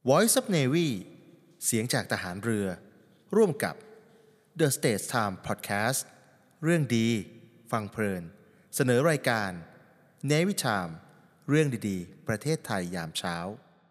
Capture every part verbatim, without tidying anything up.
Voice of Navy เสียงจากทหารเรือร่วมกับ The States Time Podcast เรื่องดีฟังเพลินเสนอรายการ Navy Time เรื่องดีๆประเทศไทยยามเช้า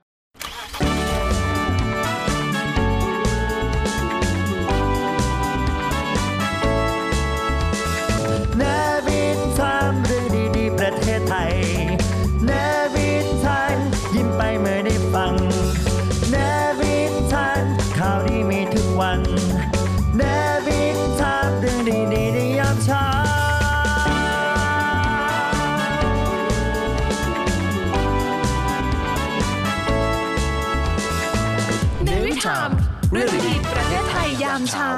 Navy Time เรื่องดีๆประเทศไทย Navy Time ยิ้มไปเมื่อได้ฟัง Navy Time ข่าวดีมีทุกวัน Navy Time เรื่องดีๆในยามเช้า Navy Time เรื่องดีๆประเทศไทยยามเช้า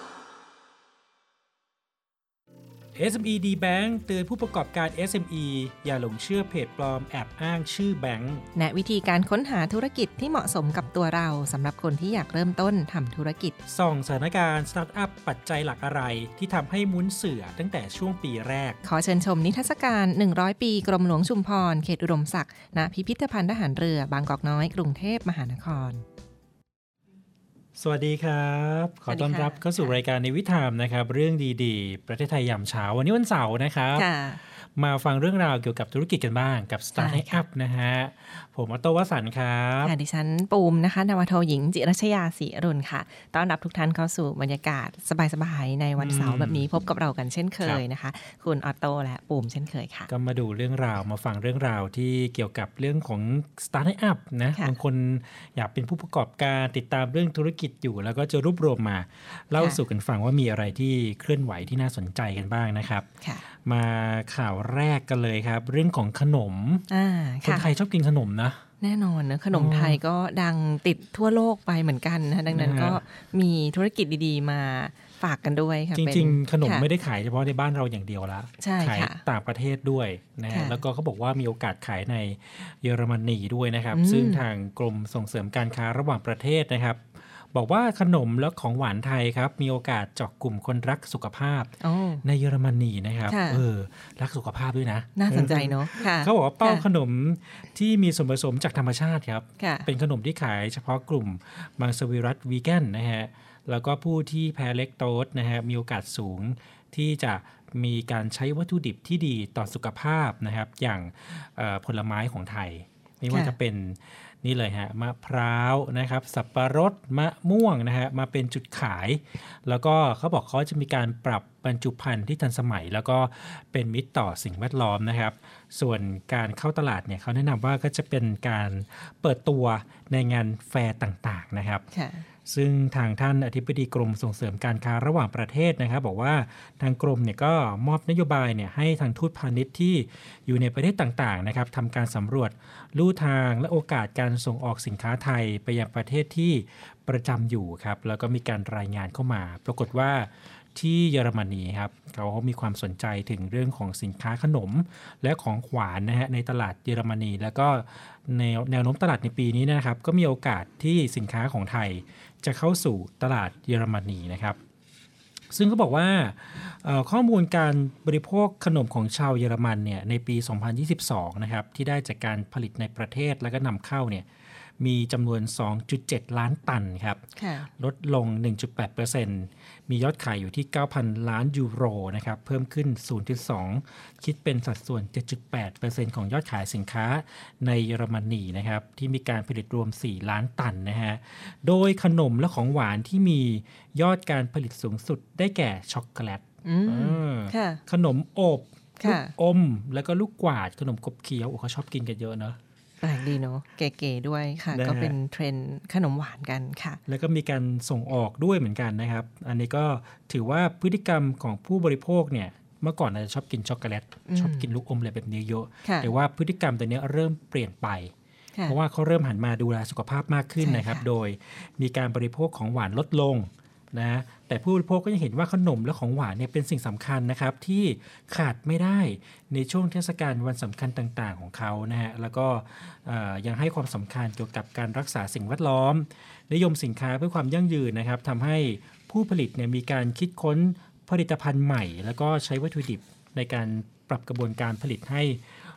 เอส เอ็ม อี ดี Bank เตือนผู้ประกอบการ เอส เอ็ม อี อย่าหลงเชื่อเพจปลอมแอบอ้างชื่อแบงค์แนะวิธีการค้นหาธุรกิจที่เหมาะสมกับตัวเราสำหรับคนที่อยากเริ่มต้นทำธุรกิจส่องสถานการณ์สตาร์ทอัพปัจจัยหลักอะไรที่ทำให้มุ้นเสือตั้งแต่ช่วงปีแรกขอเชิญชมนิทรรศการหนึ่งร้อยปีกรมหลวงชุมพรเขตอุดมศักดิ์ณพิพิธภัณฑ์ทหารเรือบางกอกน้อยกรุงเทพมหานครสวัสดีครับขอต้อนรับเข้าสู่รายการในวิถีนะครับเรื่องดีๆประเทศไทยยามเช้าวันนี้วันเสาร์นะครับมาฟังเรื่องราวเกี่ยวกับธุรกิจกันบ้างกับสตาร์ทอัพนะฮะผมออโต้วสันต์ครับค่ะดิฉันปูมนะคะนาวาโทหญิงจิรัชยาศรีอรุณค่ะต้อนรับทุกท่านเข้าสู่บรรยากาศสบายๆในวันเสาร์แบบนี้พบกับเรากันเช่นเคยนะคะคุณออโต้และปูมเช่นเคยค่ะก็มาดูเรื่องราวมาฟังเรื่องราวที่เกี่ยวกับเรื่องของสตาร์ทอัพนะบางคนอยากเป็นผู้ประกอบการติดตามเรื่องธุรกิจอยู่แล้วก็จะรวบรวมมาเล่าสู่กันฟังว่ามีอะไรที่เคลื่อนไหวที่น่าสนใจกันบ้างนะครับมาข่าวแรกกันเลยครับเรื่องของขนมคนไทยชอบกินขนมนะแน่นอนนะขนมไทยก็ดังติดทั่วโลกไปเหมือนกันนะดังนั้นก็มีธุรกิจดีๆมาฝากกันด้วยค่ะจริงๆขนมไม่ได้ขายเฉพาะในบ้านเราอย่างเดียวละขายต่างประเทศด้วยนะแล้วก็เขาบอกว่ามีโอกาสขายในเยอรมนีด้วยนะครับซึ่งทางกรมส่งเสริมการค้าระหว่างประเทศนะครับบอกว่าขนมและของหวานไทยครับมีโอกาสเจาะกลุ่มคนรักสุขภาพในเยอรมนีนะครับเออรักสุขภาพด้วยนะน่าสนใจเนาะเขาบอกว่าเป้าขนมที่มีส่วนผสมจากธรรมชาติครับเป็นขนมที่ขายเฉพาะกลุ่มมังสวิรัติวีแกนนะฮะแล้วก็ผู้ที่แพ้เลคโตสนะฮะมีโอกาสสูงที่จะมีการใช้วัตถุดิบที่ดีต่อสุขภาพนะครับอย่างผลไม้ของไทยไม่ว่าจะเป็นนี่เลยฮะมะพร้าวนะครับสับปะรดมะม่วงนะฮะมาเป็นจุดขายแล้วก็เขาบอกเขาจะมีการปรับบรรจุภัณฑ์ที่ทันสมัยแล้วก็เป็นมิตรต่อสิ่งแวดล้อมนะครับส่วนการเข้าตลาดเนี่ยเขาแนะนำว่าก็จะเป็นการเปิดตัวในงานแฟร์ต่างๆนะครับซึ่งทางท่านอธิบดีกรมส่งเสริมการค้าระหว่างประเทศนะครับบอกว่าทางกรมเนี่ยก็มอบนโยบายเนี่ยให้ทางทูตพาณิชย์ที่อยู่ในประเทศต่างๆนะครับทำการสำรวจลู่ทางและโอกาสการส่งออกสินค้าไทยไปยังประเทศที่ประจำอยู่ครับแล้วก็มีการรายงานเข้ามาปรากฏว่าที่เยอรมนีครับเขามีความสนใจถึงเรื่องของสินค้าขนมและของขวานนะฮะในตลาดเยอรมนีแล้วก็ในแนวโน้มตลาดในปีนี้นะครับก็มีโอกาสที่สินค้าของไทยจะเข้าสู่ตลาดเยอรมนีนะครับซึ่งเขาบอกว่าข้อมูลการบริโภคขนมของชาวเยอรมันเนี่ยในปีสองพันยี่สิบสองนะครับที่ได้จากการผลิตในประเทศแล้วก็นำเข้าเนี่ยมีจำนวน สองจุดเจ็ด ล้านตันครับลดลง หนึ่งจุดแปดเปอร์เซ็นต์ มียอดขายอยู่ที่ เก้าพัน ล้านยูโรนะครับเพิ่มขึ้น ศูนย์จุดสอง คิดเป็นสัดส่วน เจ็ดจุดแปดเปอร์เซ็นต์ ของยอดขายสินค้าในเยอรมนีนะครับที่มีการผลิตรวม สี่ ล้านตันนะฮะโดยขนมและของหวานที่มียอดการผลิตสูงสุดได้แก่ช็อกโกแลตขนมอบลูกอมแล้วก็ลูกกวาดขนมขบเคี้ยวโอ้เขาชอบกินกันเยอะเนาะแปลกดีเนาะเก๋ๆด้วยค่ะก็เป็นเทรนด์ขนมหวานกันค่ะแล้วก็มีการส่งออกด้วยเหมือนกันนะครับอันนี้ก็ถือว่าพฤติกรรมของผู้บริโภคเนี่ยเมื่อก่อนอาจจะชอบกินช็อกโกแลตชอบกินลูกอมอะไรแบบนี้เยอะแต่ว่าพฤติกรรมตัวนี้เริ่มเปลี่ยนไปเพราะว่าเขาเริ่มหันมาดูแลสุขภาพมากขึ้นนะครับโดยมีการบริโภคของหวานลดลงนะแต่ผู้บริโภคก็ยังเห็นว่าขนมและของหวานเนี่ยเป็นสิ่งสำคัญนะครับที่ขาดไม่ได้ในช่วงเทศกาลวันสำคัญต่างๆของเขานะฮะแล้วก็ยังให้ความสำคัญเกี่ยวกับการรักษาสิ่งแวดล้อมนิยมสินค้าเพื่อความยั่งยืนนะครับทำให้ผู้ผลิตเนี่ยมีการคิดค้นผลิตภัณฑ์ใหม่แล้วก็ใช้วัตถุดิบในการปรับกระบวนการผลิตให้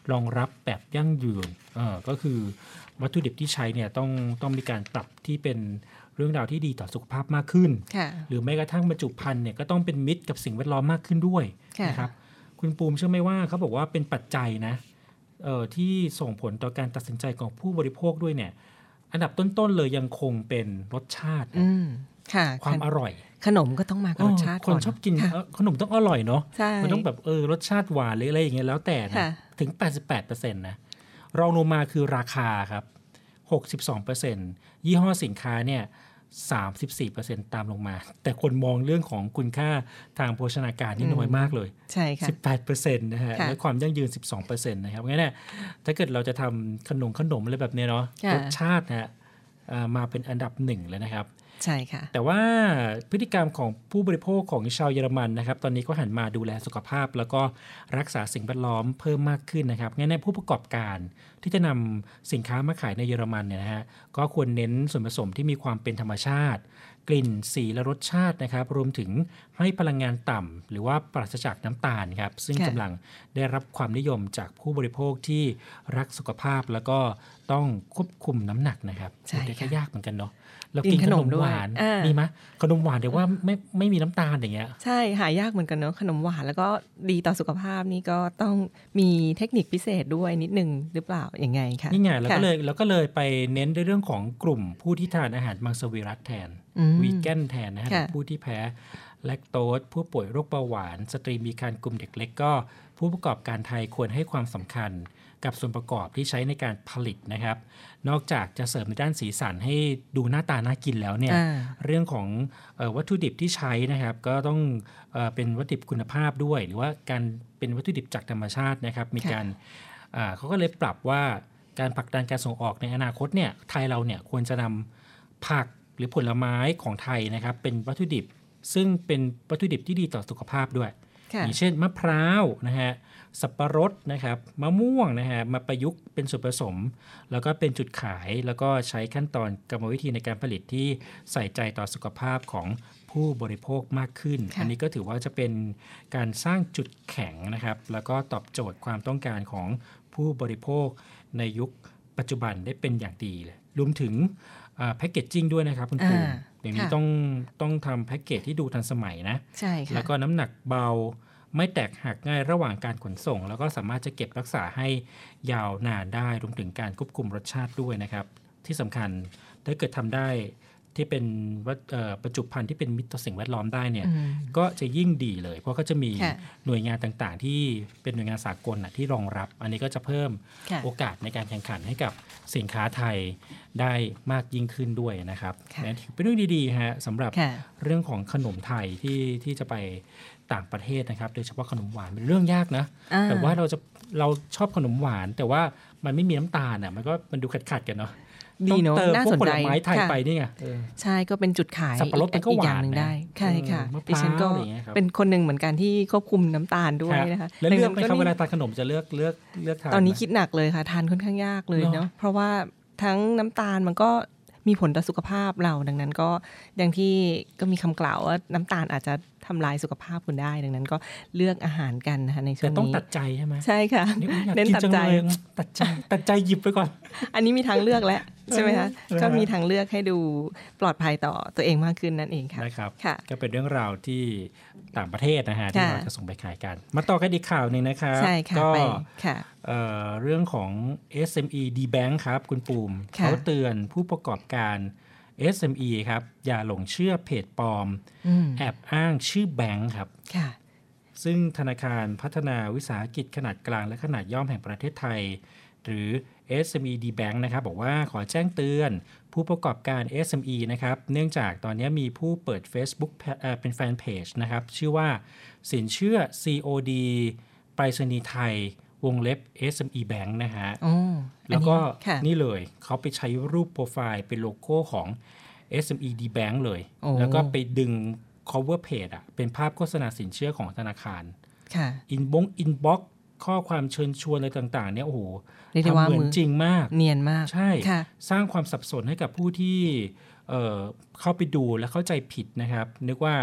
รองรับแบบยั่งยืนเออก็คือวัตถุดิบที่ใช้เนี่ยต้องต้องมีการปรับที่เป็นเรื่องราวที่ดีต่อสุขภาพมากขึ้นหรือแม้กระทั่งบรรจุภัณฑ์เนี่ยก็ต้องเป็นมิตรกับสิ่งแวดล้อมมากขึ้นด้วยนะครับคุณปูมเชื่อไหมว่าเขาบอกว่าเป็นปัจจัยนะเอ่อที่ส่งผลต่อการตัดสินใจของผู้บริโภคด้วยเนี่ยอันดับต้นๆเลยยังคงเป็นรสชาติความอร่อยขนมก็ต้องมากับรสชาติคนชอบกินขนมต้องอร่อยเนาะมันต้องแบบเออรสชาติหวานหรืออะไรอย่างเงี้ยแล้วแต่นะถึง แปดสิบแปดเปอร์เซ็นต์ นะรองลงมาคือราคาครับ หกสิบสองเปอร์เซ็นต์ ยี่ห้อสินค้าเนี่ยสามสิบสี่เปอร์เซ็นต์ ตามลงมาแต่คนมองเรื่องของคุณค่าทางโภชนาการนี่น้อยมากเลยใช่ค่ะสิบแปดเปอร์เซ็นต์ นะฮะและความยั่งยืน สิบสองเปอร์เซ็นต์ นะครับงั้นเนี่ยถ้าเกิดเราจะทำขนมขนมอะไรแบบนี้เนาะรสชาตินะฮะมาเป็นอันดับหนึ่งเลยนะครับใช่ค่ะแต่ว่าพฤติกรรมของผู้บริโภคของชาวเยอรมันนะครับตอนนี้ก็หันมาดูแลสุขภาพแล้วก็รักษาสิ่งแวดล้อมเพิ่มมากขึ้นนะครับงั้นในผู้ประกอบการที่จะนำสินค้ามาขายในเยอรมันเนี่ยนะฮะก็ควรเน้นส่วนผสมที่มีความเป็นธรรมชาติกลิ่นสีและรสชาตินะครับรวมถึงให้พลังงานต่ำหรือว่าปราศจากน้ำตาลครับซึ่งกำลังได้รับความนิยมจากผู้บริโภคที่รักสุขภาพแล้วก็ต้องควบคุมน้ำหนักนะครับแต่ก็ยากเหมือนกันเนาะเรากินขนมหวานมีไหมขนมหวานแต่ว่าไม่ไม่มีน้ำตาลอย่างเงี้ยใช่หายากเหมือนกันเนาะขนมหวานแล้วก็ดีต่อสุขภาพนี่ก็ต้องมีเทคนิคพิเศษด้วยนิดนึงหรือเปล่าอย่างไงคะนี่ไงแล้วก็เลยแล้วก็เลยไปเน้นในเรื่องของกลุ่มผู้ที่ทานอาหารมังสวิรัติแทนวีแกนแทนนะฮะผู้ที่แพ้แลคโตสผู้ป่วยโรคเบาหวานสตรีมีครรภ์กลุ่มเด็กเล็กก็ผู้ประกอบการไทยควรให้ความสำคัญกับส่วนประกอบที่ใช้ในการผลิตนะครับนอกจากจะเสริมในด้านสีสันให้ดูหน้าตาน่ากินแล้วเนี่ยเรื่องของเอ่อวัตถุดิบที่ใช้นะครับก็ต้องเอ่อเป็นวัตถุดิบคุณภาพด้วยหรือว่าการเป็นวัตถุดิบจากธรรมชาตินะครับมีการอ่าเขาก็เลยปรับว่าการผลักดันการส่งออกในอนาคตเนี่ยไทยเราเนี่ยควรจะนำผักหรือผลไม้ของไทยนะครับเป็นวัตถุดิบซึ่งเป็นวัตถุดิบที่ดีต่อสุขภาพด้วยอย่างเช่นมะพร้าวนะฮะสับปะรดนะครับมะม่วงนะฮะมาประยุกต์เป็นส่วนผสมแล้วก็เป็นจุดขายแล้วก็ใช้ขั้นตอนกรรมวิธีในการผลิตที่ใส่ใจต่อสุขภาพของผู้บริโภคมากขึ้นอันนี้ก็ถือว่าจะเป็นการสร้างจุดแข็งนะครับแล้วก็ตอบโจทย์ความต้องการของผู้บริโภคในยุคปัจจุบันได้เป็นอย่างดีเลยรวมถึงแพ็กเกจจิ้งด้วยนะครับคุณครูอย่างนี้ต้องต้องทำแพ็กเกจที่ดูทันสมัยนะใช่ค่ะแล้วก็น้ำหนักเบาไม่แตกหักง่ายระหว่างการขนส่งแล้วก็สามารถจะเก็บรักษาให้ยาวนานได้รวมถึงการควบคุมรสชาติด้วยนะครับที่สำคัญถ้าเกิดทำได้ที่เป็นบรรจุภัณฑ์ที่เป็นมิตรต่อสิ่งแวดล้อมได้เนี่ยก็จะยิ่งดีเลยเพราะก็จะมีหน่วยงานต่างๆที่เป็นหน่วยงานสากลนะที่รองรับอันนี้ก็จะเพิ่มโอกาสในการแข่งขันให้กับสินค้าไทยได้มากยิ่งขึ้นด้วยนะครับเป็นเรื่องดีๆฮะสำหรับเรื่องของขนมไทยที่ที่จะไปต่างประเทศนะครับโดยเฉพาะขนมหวานเป็นเรื่องยากนะแต่ว่าเราจะเราชอบขนมหวานแต่ว่ามันไม่มีน้ำตาลอ่ะมันก็มันดูขัดๆกันเนาะดีเนาะน่าสนใจผลไม้ไทยไปนี่ไงใช่ก็เป็นจุดขายสับปะรดมันก็หวานได้ใช่ค่ะดิฉันก็เป็นคนหนึ่งเหมือนกันที่ควบคุมน้ำตาลด้วยนะคะแล้วเลือกไหมครับเวลาทานขนมจะเลือกเลือกเลือกทานตอนนี้คิดหนักเลยค่ะทานค่อนข้างยากเลยเนาะเพราะว่าทั้งน้ำตาลมันก็มีผลต่อสุขภาพเราดังนั้นก็อย่างที่ก็มีคำกล่าวว่าน้ำตาลอาจจะทำลายสุขภาพคุณได้ดังนั้นก็เลือกอาหารกันนะคะในช่วงนี้แต่ต้องตัดใจใช่ไหมใช่ค่ะเน้นตัดใจตัดใจตัดใจหยิบไปก่อนอันนี้มีทางเลือกแล้วใช่ไหมคะก็มีทางเลือกให้ดูปลอดภัยต่อตัวเองมากขึ้นนั่นเองค่ะนะครับก็เป็นเรื่องราวที่ต่างประเทศนะฮะที่เราจะส่งไปขายกันมาต่อกันอีกข่าวนึงนะครับก็เรื่องของ เอส เอ็ม อี D-Bank ครับคุณปูมเขาเตือนผู้ประกอบการ เอส เอ็ม อี ครับอย่าหลงเชื่อเพจปลอมแอบอ้างชื่อแบงค์ครับซึ่งธนาคารพัฒนาวิสาหกิจขนาดกลางและขนาดย่อมแห่งประเทศไทยหรือ เอส เอ็ม อี D-Bank นะครับบอกว่าขอแจ้งเตือนผู้ประกอบการ เอส เอ็ม อี นะครับเนื่องจากตอนนี้มีผู้เปิด Facebook เอ่อเป็นแฟนเพจนะครับชื่อว่าสินเชื่อ ซี โอ ดี ไปรษณีย์ไทยวงเล็บ เอส เอ็ม อี Bank นะฮะแล้วก็นี่เลยเขาไปใช้รูปโปรไฟล์เป็นโลโก้ของ เอส เอ็ม อี D-Bank เลยแล้วก็ไปดึง cover page อ่ะเป็นภาพโฆษณาสินเชื่อของธนาคารอินบงอินบ็อกข้อความเชิญชวนอะไรต่างๆเนี่ยโอ้โหทำเหมือนจริงมากเนียนมากใช่สร้างความสับสนให้กับผู้ที่ เอ่อ เข้าไปดูและเข้าใจผิดนะครับนึกว่า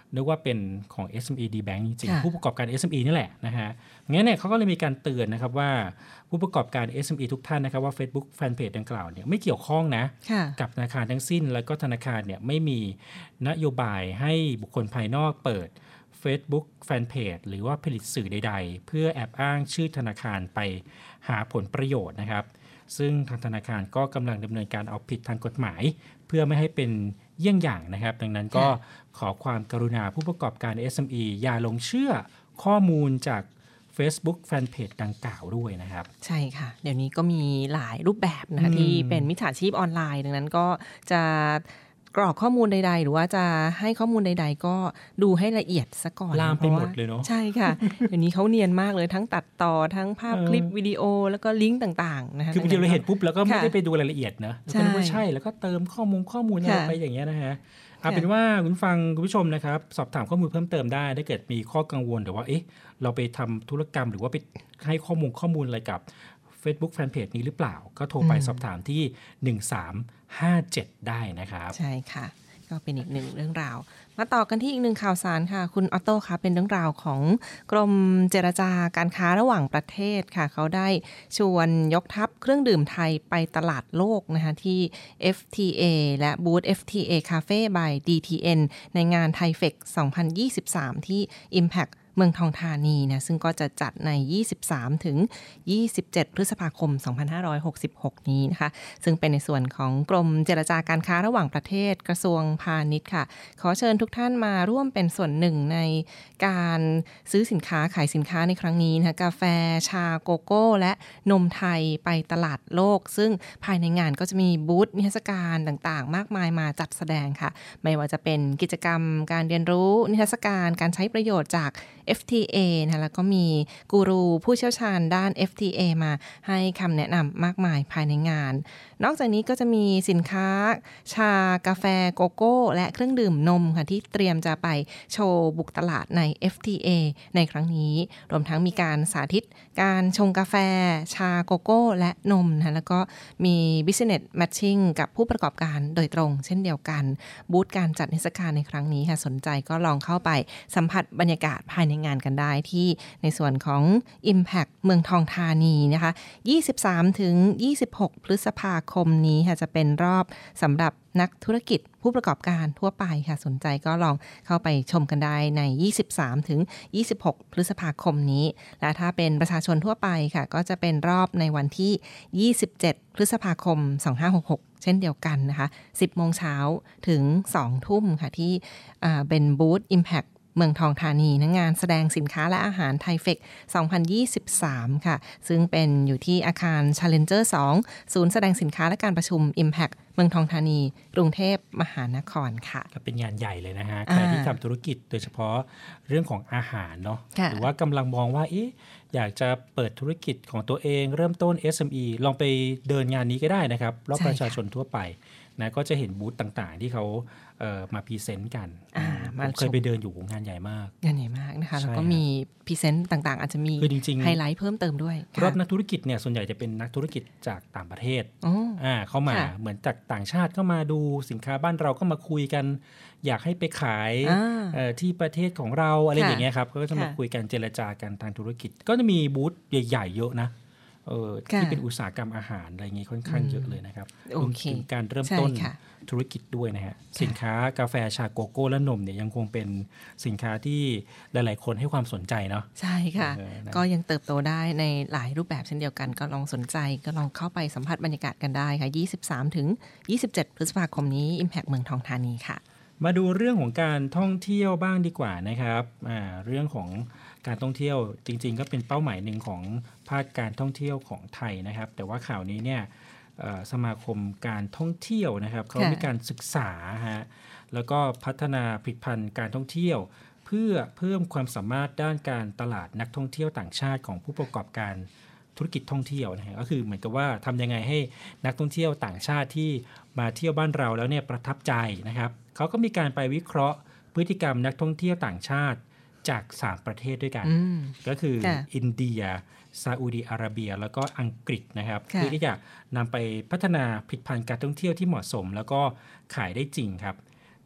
นึกว่าเป็นของ เอส เอ็ม อี ดี Bank จริงๆผู้ประกอบการ เอส เอ็ม อี นี่แหละนะฮะงั้นเนี่ยเขาก็เลยมีการเตือนนะครับว่าผู้ประกอบการ เอส เอ็ม อี ทุกท่านนะครับว่า Facebook Fanpage ดังกล่าวเนี่ยไม่เกี่ยวข้องนะกับธนาคารทั้งสิ้นแล้วก็ธนาคารเนี่ยไม่มีนโยบายให้บุคคลภายนอกเปิด Facebook Fanpage หรือว่าผลิตสื่อใดๆเพื่อแอบอ้างชื่อธนาคารไปหาผลประโยชน์นะครับซึ่งทางธนาคารก็กำลังดำเนินการเอาผิดทางกฎหมายเพื่อไม่ให้เป็นเยี่ยงอย่างนะครับดังนั้นก็ขอความกรุณาผู้ประกอบการ เอส เอ็ม อี อย่าหลงเชื่อข้อมูลจาก Facebook Fanpage ดังกล่าวด้วยนะครับใช่ค่ะเดี๋ยวนี้ก็มีหลายรูปแบบนะคะที่เป็นมิจฉาชีพออนไลน์ดังนั้นก็จะกรอกข้อมูลใดๆหรือว่าจะให้ข้อมูลใดๆก็ดูให้ละเอียดซะก่อนลามไปหมดเลยเนาะใช่ค่ะ เดี๋ยวนี้เขาเนียนมากเลยทั้งตัดต่อทั้งภาพคลิปวิดีโอแล้วก็ลิงก์ต่างๆนะคะคือบางทีเราเห็นปุ๊บแล้วก็ไม่ได้ไปดูรายละเอียดนะก็นึกว่าใช่แล้วก็เติมข้อมูลข้อมูลอะไรไปอย่างเงี้ยนะฮะเอาเป็นว่าคุณฟังคุณผู้ชมนะครับสอบถามข้อมูลเพิ่มเติมได้ถ้าเกิดมีข้อกังวลหรือว่าเอ๊ะเราไปทำธุรกรรมหรือว่าไปให้ข้อมูลข้อมูลอะไรกับ Facebook Fanpage นี้หรือเปล่าก็โทรไปสอบถามที่หนึ่งสามห้าเจ็ดได้นะครับใช่ค่ะก็เป็นอีกหนึ่งเรื่องราวมาต่อกันที่อีกหนึ่งข่าวสารค่ะคุณออโต้คะเป็นเรื่องราวของกรมเจรจาการค้าระหว่างประเทศค่ะเขาได้ชวนยกทัพเครื่องดื่มไทยไปตลาดโลกนะคะที่ เอฟ ที เอ และบูธ เอฟ ที เอ Cafe by ดี ที เอ็น ในงาน Thai Fest สองพันยี่สิบสามที่ Impactเมืองทองธานีนะซึ่งก็จะจัดในยี่สิบสามถึงยี่สิบเจ็ดพฤษภาคมสองพันห้าร้อยหกสิบหกนี้นะคะซึ่งเป็นในส่วนของกรมเจรจาการค้าระหว่างประเทศกระทรวงพาณิชย์ค่ะขอเชิญทุกท่านมาร่วมเป็นส่วนหนึ่งในการซื้อสินค้าขายสินค้าในครั้งนี้นะคะกาแฟชาโกโก้และนมไทยไปตลาดโลกซึ่งภายในงานก็จะมีบูธนิทรรศการต่างๆมากมายมาจัดแสดงค่ะไม่ว่าจะเป็นกิจกรรมการเรียนรู้นิทรรศการการใช้ประโยชน์จากเอฟ ที เอ นะแล้วก็มีกูรูผู้เชี่ยวชาญด้าน เอฟ ที เอ มาให้คำแนะนำมากมายภายในงานนอกจากนี้ก็จะมีสินค้าชากาแฟโกโก้และเครื่องดื่มนมค่ะที่เตรียมจะไปโชว์บุกตลาดใน เอฟ ที เอ ในครั้งนี้รวมทั้งมีการสาธิตการชงกาแฟชาโกโก้และนมนะแล้วก็มี Business Matching กับผู้ประกอบการโดยตรงเช่นเดียวกันบูธการจัดนิทรรศการในครั้งนี้ค่ะสนใจก็ลองเข้าไปสัมผัสบรรยากาศภายในงานกันได้ที่ในส่วนของ Impact เมืองทองธานีนะคะยี่สิบสามถึงยี่สิบหกพฤษภาคมนี้ค่ะจะเป็นรอบสำหรับนักธุรกิจผู้ประกอบการทั่วไปค่ะสนใจก็ลองเข้าไปชมกันได้ในยี่สิบสามถึงยี่สิบหกพฤษภาคมนี้และถ้าเป็นประชาชนทั่วไปค่ะก็จะเป็นรอบในวันที่ยี่สิบเจ็ดพฤษภาคมสองพันห้าร้อยหกสิบหกเช่นเดียวกันนะคะสิบโมงเช้าถึงสองทุ่มค่ะที่เป็นบูธ Impactเมืองทองธานีงานแสดงสินค้าและอาหารไทยเฟคสองพันยี่สิบสามค่ะซึ่งเป็นอยู่ที่อาคาร Challenger สองศูนย์แสดงสินค้าและการประชุม Impact เมืองทองธานีกรุงเทพมหานครค่ะก็เป็นงานใหญ่เลยนะฮะใครที่ทำธุรกิจโดยเฉพาะเรื่องของอาหารเนาะหรือว่ากำลังมองว่าเอ๊ะอยากจะเปิดธุรกิจของตัวเองเริ่มต้น เอส เอ็ม อี ลองไปเดินงานนี้ก็ได้นะครับรอบประชาชนทั่วไปนะก็จะเห็นบูธต่างๆที่เขาเอ่อมาพรีเซนต์กันผมเคยไปเดินอยู่งานใหญ่มากงานใหญ่มากนะคะแล้วก็มีพรีเซนต์ต่างๆอาจจะมีไฮไลท์เพิ่มเติมด้วยรอบนักธุรกิจเนี่ยส่วนใหญ่จะเป็นนักธุรกิจจากต่างประเทศอ่าเข้ามาเหมือนจากต่างชาติเข้ามาดูสินค้าบ้านเราก็มาคุยกันอยากให้ไปขายที่ประเทศของเราอะไรอย่างเงี้ยครับก็จะมาคุยกันเจรจากันทางธุรกิจก็จะมีบูธใหญ่ๆเยอะนะเออที่เป็นอุตสาหกรรมอาหารอะไรอย่างงี้ค่อนข้างเยอะเลยนะครับรวมถึงการเริ่มต้นธุรกิจด้วยนะฮะสินค้ากาแฟชาโกโก้และนมเนี่ยยังคงเป็นสินค้าที่หลายๆคนให้ความสนใจเนาะใช่ค่ะก็ยังเติบโตได้ในหลายรูปแบบเช่นเดียวกันก็ลองสนใจก็ลองเข้าไปสัมผัสบรรยากาศกันได้ค่ะยี่สิบสามถึงยี่สิบเจ็ดพฤษภาคมนี้ Impact เมืองทองธานีค่ะมาดูเรื่องของการท่องเที่ยวบ้างดีกว่านะครับอ่าเรื่องของการท่องเที่ยวจริงๆก็เป็นเป้าหมายหนึ่งของภาคการท่องเที่ยวของไทยนะครับแต่ว่าข่าวนี้เนี่ยสมาคมการท่องเที่ยวนะครับเขามีการศึกษาฮะแล้วก็พัฒนาผลิตภัณฑ์การท่องเที่ยวเพื่อเพิ่มความสามารถด้านการตลาดนักท่องเที่ยวต่างชาติของผู้ประกอบการธุรกิจท่องเที่ยวนะฮะก็คือเหมือนกับว่าทำยังไงให้นักท่องเที่ยวต่างชาติที่มาเที่ยวบ้านเราแล้วเนี่ยประทับใจนะครับเขาก็มีการไปวิเคราะห์พฤติกรรมนักท่องเที่ยวต่างชาติจากสามประเทศด้วยกันก็คืออินเดียซาอุดิอาระเบียแล้วก็อังกฤษนะครับเพื่อที่จะนำไปพัฒนาผลิตภัณฑ์การท่องเที่ยวที่เหมาะสมแล้วก็ขายได้จริงครับ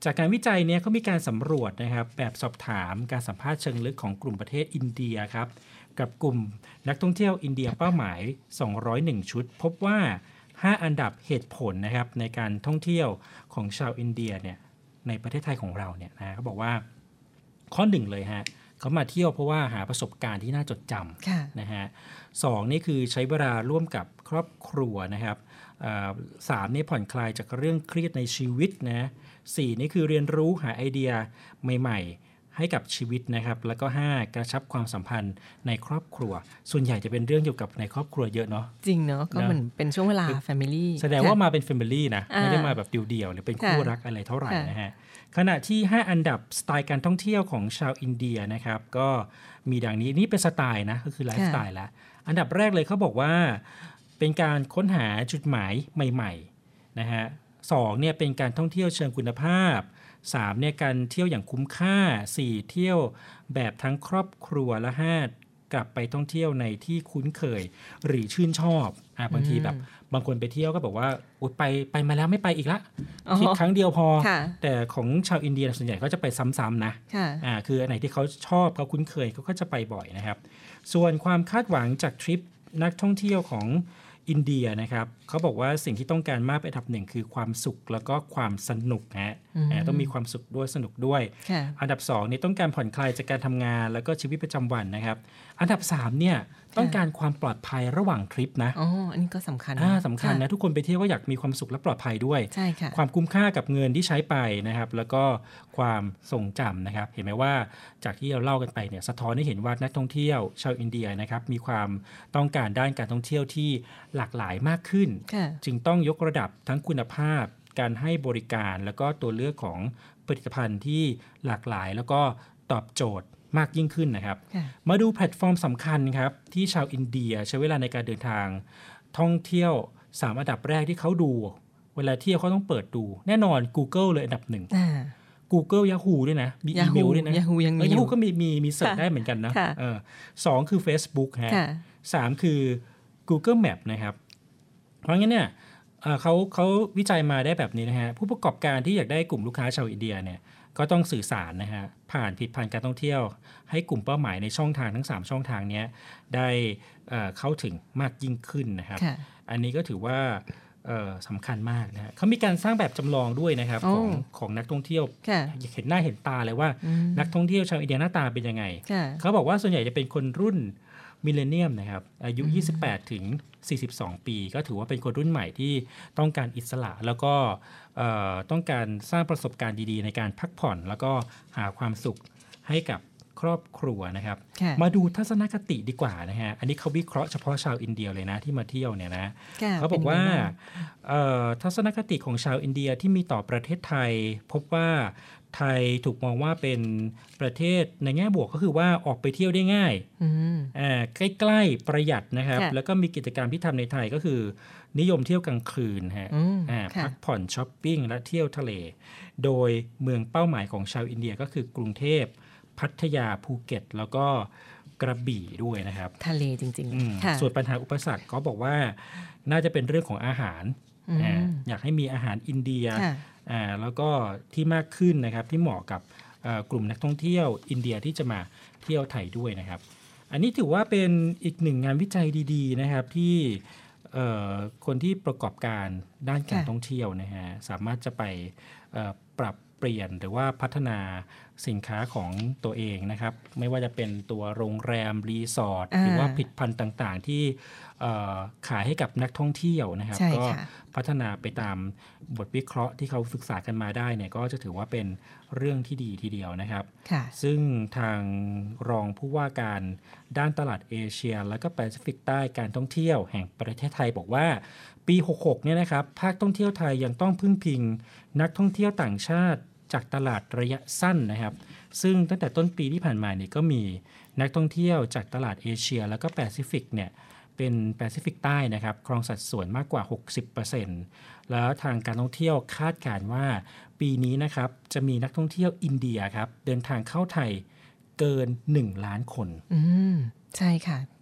จากการวิจัยเนี่ยเขามีการสำรวจนะครับแบบสอบถามการสัมภาษณ์เชิงลึกของกลุ่มประเทศอินเดียครับกับกลุ่มนักท่องเที่ยวอินเดียเป้าหมายสองร้อยเอ็ดชุดพบว่าห้าอันดับเหตุผลนะครับในการท่องเที่ยวของชาวอินเดียเนี่ยในประเทศไทยของเราเนี่ยนะเขาบอกว่าข้อหนึ่งเลยฮะเขามาเที่ยวเพราะว่าหาประสบการณ์ที่น่าจดจำนะฮะสองนี่คือใช้เวลาร่วมกับครอบครัวนะครับสามนี่ผ่อนคลายจากเรื่องเครียดในชีวิตนะสี่นี่คือเรียนรู้หาไอเดียใหม่ๆให้กับชีวิตนะครับแล้วก็ห้ากระชับความสัมพันธ์ในครอบครัวส่วนใหญ่จะเป็นเรื่องเกี่ยวกับในครอบครัวเยอะเนาะจริงเนาะก็เหมือนเป็นช่วงเวลา Family แสดงว่ามาเป็น Family นะไม่ได้มาแบบเดี่ยวๆหรือเป็นคู่รักอะไรเท่าไหร่นะฮะขณะที่ห้าอันดับสไตล์การท่องเที่ยวของชาวอินเดียนะครับก็มีดังนี้นี่เป็นสไตล์นะก็คือไลฟ์สไตล์ละอันดับแรกเลยเขาบอกว่าเป็นการค้นหาจุดหมายใหม่ๆนะฮะสองเนี่ยเป็นการท่องเที่ยวเชิงคุณภาพสามเนี่ยการเที่ยวอย่างคุ้มค่าสี่เที่ยวแบบทั้งครอบครัวและห้ากลับไปท่องเที่ยวในที่คุ้นเคยหรือชื่นชอบอ่ะบางทีแบบบางคนไปเที่ยวก็บอกว่าอุ๊ยไปไปมาแล้วไม่ไปอีกละคิดครั้งเดียวพอแต่ของชาวอินเดียส่วนใหญ่ก็จะไปซ้ำๆนะอ่าคืออันไหนที่เขาชอบเขาคุ้นเคยเขาก็จะไปบ่อยนะครับส่วนความคาดหวังจากทริปนักท่องเที่ยวของอินเดียนะครับเขาบอกว่าสิ่งที่ต้องการมากเป็นอันดับหนึ่งคือความสุขแล้วก็ความสนุกฮะต้องมีความสุขด้วยสนุกด้วยอันดับสองนี่ต้องการผ่อนคลายจากการทำงานแล้วก็ชีวิตประจำวันนะครับอันดับสามเนี่ยต้องการความปลอดภัยระหว่างทริปนะอ๋ออันนี้ก็สำคัญอ่าสำคัญนะทุกคนไปเที่ยวก็อยากมีความสุขและปลอดภัยด้วยใช่ค่ะความคุ้มค่ากับเงินที่ใช้ไปนะครับแล้วก็ความทรงจำนะครับเห็นไหมว่าจากที่เราเล่ากันไปเนี่ยสะท้อนให้เห็นว่านักท่องเที่ยวชาวอินเดียนะครับมีความต้องการด้านการท่องเที่ยวที่หลากหลายมากขึ้นจึงต้องยกระดับทั้งคุณภาพการให้บริการแล้วก็ตัวเลือกของผลิตภัณฑ์ที่หลากหลายแล้วก็ตอบโจทย์มากยิ่งขึ้นนะครับมาดูแพลตฟอร์มสำคัญครับที่ชาวอินเดียใช้เวลาในการเดินทางท่องเที่ยวสามอันดับแรกที่เขาดูเวลาเที่ยวเขาต้องเปิดดูแน่นอน Google เลยอันดับหนึ่ง Google Yahoo ด้วยนะมีอีเมลด้วยนะ Yahoo ยังมี Yahoo ก็มีมีมีเสิร์ชได้เหมือนกันนะเออสองคือ Facebook ฮะสามคือ Google Map นะครับเพราะงั้นเนี่ยเขาเขาวิจัยมาได้แบบนี้นะฮะผู้ประกอบการที่อยากได้กลุ่มลูกค้าชาวอินเดียเนี่ยก็ต้องสื่อสารนะฮะผ่านผลิตภัณฑ์การท่องเที่ยวให้กลุ่มเป้าหมายในช่องทางทั้งสามช่องทางนี้ได้เข้าถึงมากยิ่งขึ้นนะครับอันนี้ก็ถือว่าสำคัญมากนะฮะเขามีการสร้างแบบจำลองด้วยนะครับของของนักท่องเที่ยวเห็นหน้าเห็นตาเลยว่านักท่องเที่ยวชาวอินเดียหน้าตาเป็นยังไงเขาบอกว่าส่วนใหญ่จะเป็นคนรุ่นมิลเลนเนียมนะครับอายุยี่สิบแปดถึงสี่สิบสองปีก็ถือว่าเป็นคนรุ่นใหม่ที่ต้องการอิสระแล้วก็ต้องการสร้างประสบการณ์ดีๆในการพักผ่อนแล้วก็หาความสุขให้กับครอบครัวนะครับมาดูทัศนคติดีกว่านะฮะอันนี้เขาวิเคราะห์เฉพาะชาวอินเดียเลยนะที่มาเที่ยวเนี่ยนะเขาบอกว่าทัศนคติของชาวอินเดียที่มีต่อประเทศไทยพบว่าไทยถูกมองว่าเป็นประเทศในแง่บวกก็คือว่าออกไปเที่ยวได้ง่ายใกล้ๆประหยัดนะครับแล้วก็มีกิจกรรมที่ทำในไทยก็คือนิยมเที่ยวกลางคืนฮะพักผ่อนช้อปปิ้งและเที่ยวทะเลโดยเมืองเป้าหมายของชาวอินเดียก็คือกรุงเทพพัทยาภูเก็ตแล้วก็กระบี่ด้วยนะครับทะเลจริงๆส่วนปัญหาอุปสรรคก็บอกว่าน่าจะเป็นเรื่องของอาหารอยากให้มีอาหารอินเดียแล้วก็ที่มากขึ้นนะครับที่เหมาะกับกลุ่มนักท่องเที่ยวอินเดียที่จะมาเที่ยวไทยด้วยนะครับอันนี้ถือว่าเป็นอีกหนึ่งงานวิจัยดีๆนะครับที่คนที่ประกอบการด้านการท่องเที่ยวนะฮะสามารถจะไปปรับเปลี่ยนหรือว่าพัฒนาสินค้าของตัวเองนะครับไม่ว่าจะเป็นตัวโรงแรมรีสอร์ทหรือว่าผลิตภัณฑ์ต่างๆที่ขายให้กับนักท่องเที่ยวนะครับก็พัฒนาไปตามบทวิเคราะห์ที่เขาศึกษากันมาได้เนี่ยก็จะถือว่าเป็นเรื่องที่ดีทีเดียวนะครับซึ่งทางรองผู้ว่าการด้านตลาดเอเชียและก็แปซิฟิกใต้การท่องเที่ยวแห่งประเทศไทยบอกว่าปีหกสิบหกเนี่ยนะครับภาคท่องเที่ยวไทยยังต้องพึ่งพิงนักท่องเที่ยวต่างชาติจากตลาดระยะสั้นนะครับซึ่งตั้งแต่ต้นปีที่ผ่านมาเนี่ยก็มีนักท่องเที่ยวจากตลาดเอเชียแล้วก็แปซิฟิกเนี่ยเป็นแปซิฟิกใต้นะครับครองสัดส่วนมากกว่า หกสิบเปอร์เซ็นต์ แล้วทางการท่องเที่ยวคาดการณ์ว่าปีนี้นะครับจะมีนักท่องเที่ยวอินเดียครับเดินทางเข้าไทยเกินหนึ่งล้านคนอืมใช่ค่ะ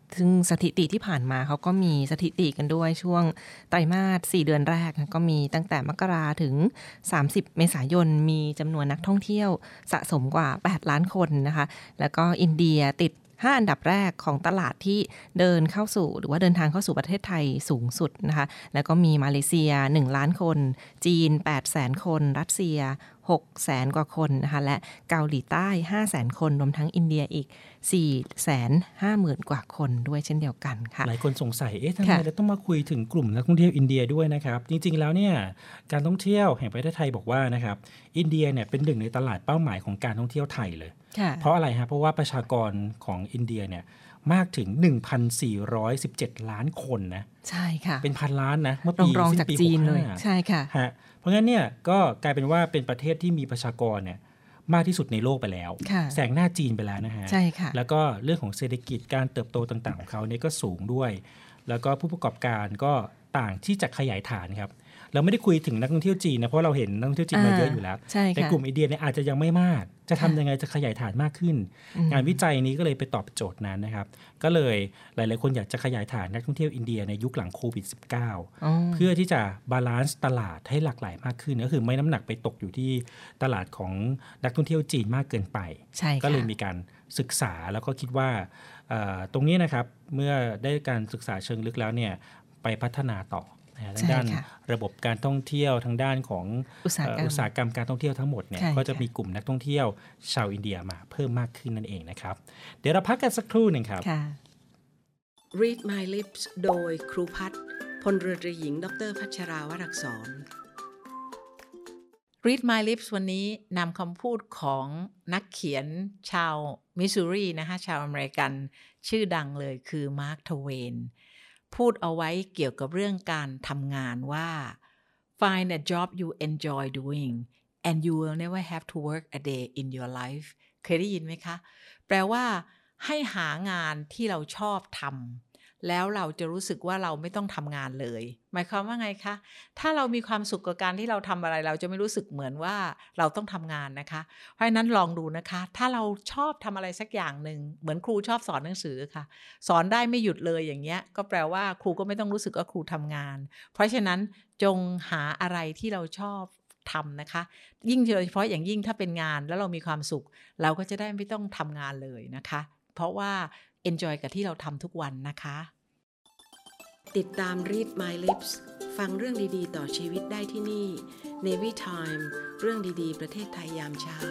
ซึ่งสถิติที่ผ่านมาเขาก็มีสถิติกันด้วยช่วงไตรมาสสี่เดือนแรกก็มีตั้งแต่มกราถึงสามสิบเมษายนมีจำนวนนักท่องเที่ยวสะสมกว่าแปดล้านคนนะคะแล้วก็อินเดียติดห้าอันดับแรกของตลาดที่เดินเข้าสู่หรือว่าเดินทางเข้าสู่ประเทศไทยสูงสุดนะคะแล้วก็มีมาเลเซียหนึ่งล้านคนจีนแปดแสนคนรัสเซียหกแสนกว่าคนนะคะและเกาหลีใต้ห้าแสนคนรวมทั้งอินเดียอีกสี่แสนห้าหมื่นกว่าคนด้วยเช่นเดียวกันค่ะหลายคนสงสัยเอ๊ะทำไมเราต้องมาคุยถึงกลุ่มนักท่องเที่ยวอินเดียด้วยนะครับจริงๆแล้วเนี่ยการท่องเที่ยวแห่งประเทศไทยบอกว่านะครับอินเดียเนี่ยเป็นหนึ่งในตลาดเป้าหมายของการท่องเที่ยวไทยเลยเพราะอะไรฮะเพราะว่าประชากรของอินเดียเนี่ยมากถึง หนึ่งพันสี่ร้อยสิบเจ็ด ล้านคนนะใช่ค่ะเป็นพันล้านนะเมื่อปีรองจากจีนเลยใช่ค่ะฮะเพราะงั้นเนี่ยก็กลายเป็นว่าเป็นประเทศที่มีประชากรเนี่ยมากที่สุดในโลกไปแล้วแซงหน้าจีนไปแล้วนะฮะใช่ค่ะแล้วก็เรื่องของเศรษฐกิจการเติบโตต่างๆของเขาเนี่ยก็สูงด้วยแล้วก็ผู้ประกอบการก็ต่างที่จะขยายฐานครับเราไม่ได้คุยถึงนักท่องเที่ยวจีนนะเพราะเราเห็นนักท่องเที่ยวจีนมาเยอะอยู่แล้วแต่กลุ่มอินเดียเนี่ยอาจจะยังไม่มากจะทำยังไงจะขยายฐานมากขึ้นงานวิจัยนี้ก็เลยไปตอบโจทย์นั้นนะครับก็เลยหลายๆคนอยากจะขยายฐานนักท่องเที่ยวอินเดียในยุคหลังโควิด สิบเก้า เพื่อที่จะบาลานซ์ตลาดให้หลากหลายมากขึ้นก็คือไม่น้ำหนักไปตกอยู่ที่ตลาดของนักท่องเที่ยวจีนมากเกินไปก็เลยมีการศึกษาแล้วก็คิดว่าตรงนี้นะครับเมื่อได้การศึกษาเชิงลึกแล้วเนี่ยไปพัฒนาต่อทางด้านระบบการท่องเที่ยวทางด้านของอุตสาหกรรมการท่องเที่ยวทั้งหมดเนี่ยก็จะมีกลุ่มนักท่องเที่ยวชาวอินเดียมาเพิ่มมากขึ้นนั่นเองนะครับเดี๋ยวเราพักกันสักครู่หนึ่งครับ Read My Lips โดยครูพัฒน์พลเรือตรีหญิงดร.พัชราวรักษร Read My Lips วันนี้นำคำพูดของนักเขียนชาวมิสซูรีนะคะชาวอเมริกันชื่อดังเลยคือมาร์ค ทเวนพูดเอาไว้เกี่ยวกับเรื่องการทำงานว่า Find a job you enjoy doing and you will never have to work a day in your life เคยได้ยินไหมคะแปลว่าให้หางานที่เราชอบทำแล้วเราจะรู้สึกว่าเราไม่ต้องทำงานเลยหมายความว่าไงคะถ้าเรามีความสุขกับการที่เราทำอะไรเราจะไม่รู้สึกเหมือนว่าเราต้องทำงานนะคะเพราะฉะนั้นลองดูนะคะถ้าเราชอบทำอะไรสักอย่างหนึ่งเหมือนครูชอบสอนหนังสือค่ะสอนได้ไม่หยุดเลยอย่างเงี้ยก็แปลว่าครูก็ไม่ต้องรู้สึกว่าครูทำงานเพราะฉะนั้นจงหาอะไรที่เราชอบทำนะคะยิ่งโดยเฉพาะอย่างยิ่งถ้าเป็นงานแล้วเรามีความสุขเราก็จะได้ไม่ต้องทำงานเลยนะคะเพราะว่า enjoy กับที่เราทำทุกวันนะคะติดตาม Read My Lips ฟังเรื่องดีๆต่อชีวิตได้ที่นี่ Navy Time เรื่องดีๆประเทศไทยยามเช้า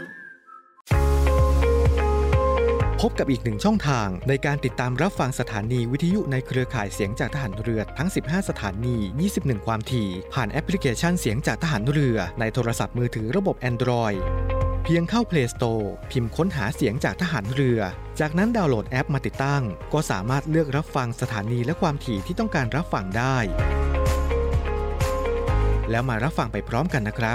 พบกับอีกหนึ่งช่องทางในการติดตามรับฟังสถานีวิทยุในเครือข่ายเสียงจากทหารเรือทั้งสิบห้าสถานียี่สิบเอ็ดความถี่ผ่านแอปพลิเคชันเสียงจากทหารเรือในโทรศัพท์มือถือระบบ Android เพียงเข้า Play Store พิมพ์ค้นหาเสียงจากทหารเรือจากนั้นดาวน์โหลดแอปมาติดตั้งก็สามารถเลือกรับฟังสถานีและความถี่ที่ต้องการรับฟังได้แล้วมารับฟังไปพร้อมกันนะครับ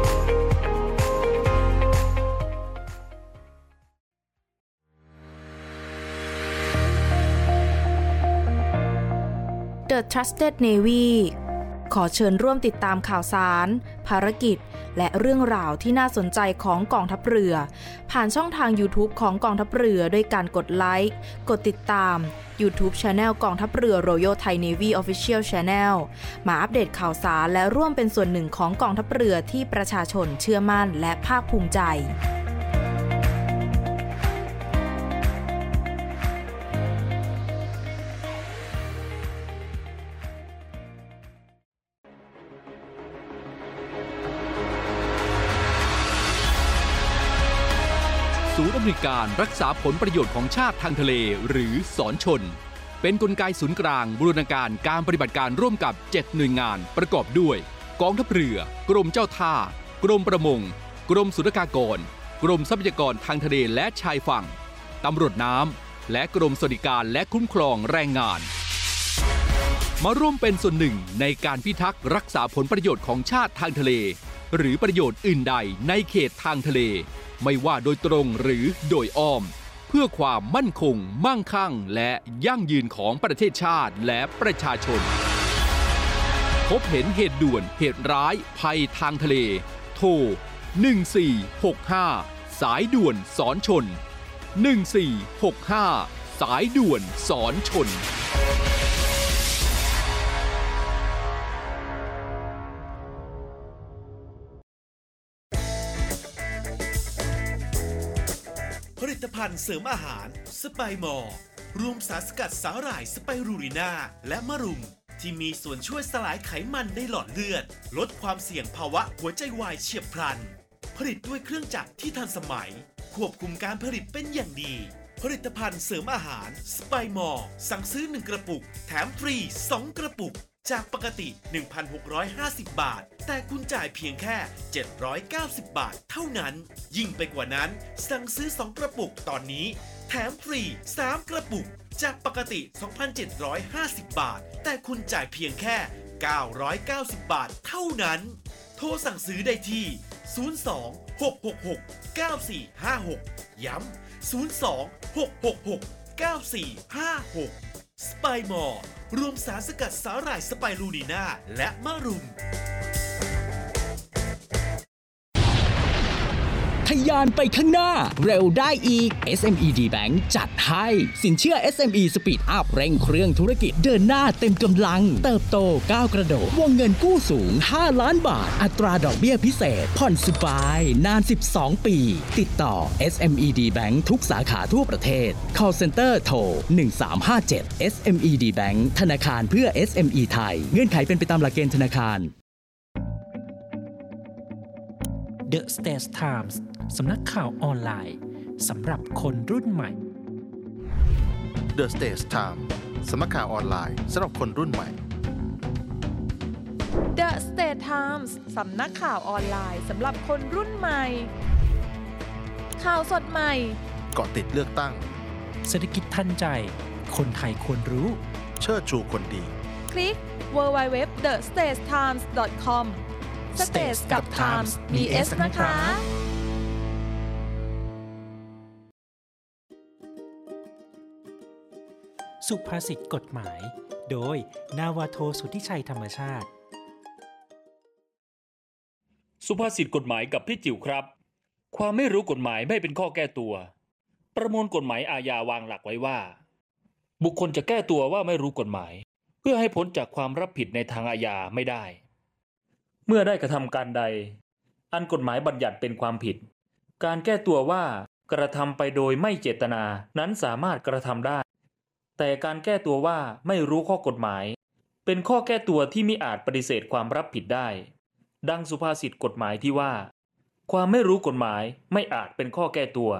The Trusted Navy ขอเชิญร่วมติดตามข่าวสารภารกิจและเรื่องราวที่น่าสนใจของกองทัพเรือผ่านช่องทาง YouTube ของกองทัพเรือด้วยการกดไลค์กดติดตาม YouTube Channel กองทัพเรือ Royal Thai Navy Official Channel มาอัปเดตข่าวสารและร่วมเป็นส่วนหนึ่งของกองทัพเรือที่ประชาชนเชื่อมั่นและภาคภูมิใจศูนย์อำนวยการรักษาผลประโยชน์ของชาติทางทะเลหรือศรชนเป็นกลไกศูนย์กลางบูรณาการการปฏิบัติการร่วมกับเจ็ดหน่วยงานประกอบด้วยกองทัพเรือกรมเจ้าท่ากรมประมงกรมศุลกากรกรมทรัพยากรทางทะเลและชายฝั่งตำรวจน้ำและกรมสวัสดิการและคุ้มครองแรงงานมาร่วมเป็นส่วนหนึ่งในการพิทักษ์รักษาผลประโยชน์ของชาติทางทะเลหรือประโยชน์อื่นใดในเขตทางทะเลไม่ว่าโดยตรงหรือโดยอ้อมเพื่อความมั่นคงมั่งคั่งและยั่งยืนของประเทศชาติและประชาชนพบเห็นเหตุด่วนเหตุร้ายภัยทางทะเลโทรหนึ่งสี่หกห้าสายด่วนสอนชนหนึ่งสี่หกห้าสายด่วนสอนชนผลิตภัณฑ์เสริมอาหารสไปมอร์รวมสารสกัดสาหร่ายสไปรูรินาและมะรุมที่มีส่วนช่วยสลายไขมันในหลอดเลือดลดความเสี่ยงภาวะหัวใจวายเฉียบพลันผลิตด้วยเครื่องจักรที่ทันสมัยควบคุมการผลิตเป็นอย่างดีผลิตภัณฑ์เสริมอาหารสไปมอร์สั่งซื้อหนึ่งกระปุกแถมฟรีสองกระปุกจากปกติ หนึ่งพันหกร้อยห้าสิบ บาทแต่คุณจ่ายเพียงแค่เจ็ดร้อยเก้าสิบ บาทเท่านั้นยิ่งไปกว่านั้นสั่งซื้อสองกระปุกตอนนี้แถมฟรีสามกระปุกจากปกติ สองพันเจ็ดร้อยห้าสิบ บาทแต่คุณจ่ายเพียงแค่เก้าร้อยเก้าสิบ บาทเท่านั้นโทรสั่งซื้อได้ที่ศูนย์ สอง หก หก หก เก้า สี่ ห้า หกย้ำศูนย์ สอง หก หก หก เก้า สี่ ห้า หกสไปมอร์รวมสารสกัดสาหร่ายสไปรูนีนาและมะรุมทะยานไปข้างหน้าเร็วได้อีก เอส เอ็ม อี ดี Bank จัดให้สินเชื่อ เอส เอ็ม อี Speed Up เร่งเครื่องธุรกิจเดินหน้าเต็มกำลังเติบโตก้าวกระโดดวงเงินกู้สูงห้าล้านบาทอัตราดอกเบี้ยพิเศษผ่อนสบายนานสิบสองปีติดต่อ เอส เอ็ม อี ดี Bank ทุกสาขาทั่วประเทศ Call Center โทรหนึ่งสามห้าเจ็ด เอส เอ็ม อี ดี Bank ธนาคารเพื่อ เอส เอ็ม อี ไทยเงื่อนไขเป็นไปตามหลักเกณฑ์ธนาคาร The States Times สำนักข่าวออนไลน์สำหรับคนรุ่นใหม่ The States Times สำนักข่าวออนไลน์สำหรับคนรุ่นใหม่ The States Times สำนักข่าวออนไลน์สำหรับคนรุ่นใหม่ข่าวสดใหม่เกาะติดเลือกตั้งเศรษฐกิจทันใจคนไทยควรรู้เชิดชูคนดีคลิก ดับเบิลยู ดับเบิลยู ดับเบิลยู ดอท สเตทไทมส์ ดอท คอม States กับ Times มี S นะคะสุภาษิตกฎหมายโดยนาวาโทสุทธิชัยธรรมชาติสุภาษิตกฎหมายกับพี่จิ๋วครับความไม่รู้กฎหมายไม่เป็นข้อแก้ตัวประมวลกฎหมายอาญาวางหลักไว้ว่าบุคคลจะแก้ตัวว่าไม่รู้กฎหมายเพื่อให้พ้นจากความรับผิดในทางอาญาไม่ได้เมื่อได้กระทำการใดอันกฎหมายบัญญัติเป็นความผิดการแก้ตัวว่ากระทำไปโดยไม่เจตนานั้นสามารถกระทำได้แต่การแก้ตัวว่าไม่รู้ข้อกฎหมายเป็นข้อแก้ตัวที่มิอาจปฏิเสธความรับผิดได้ดังสุภาษิตกฎหมายที่ว่าความไม่รู้กฎหมายไม่อาจเป็นข้อแก้ตัว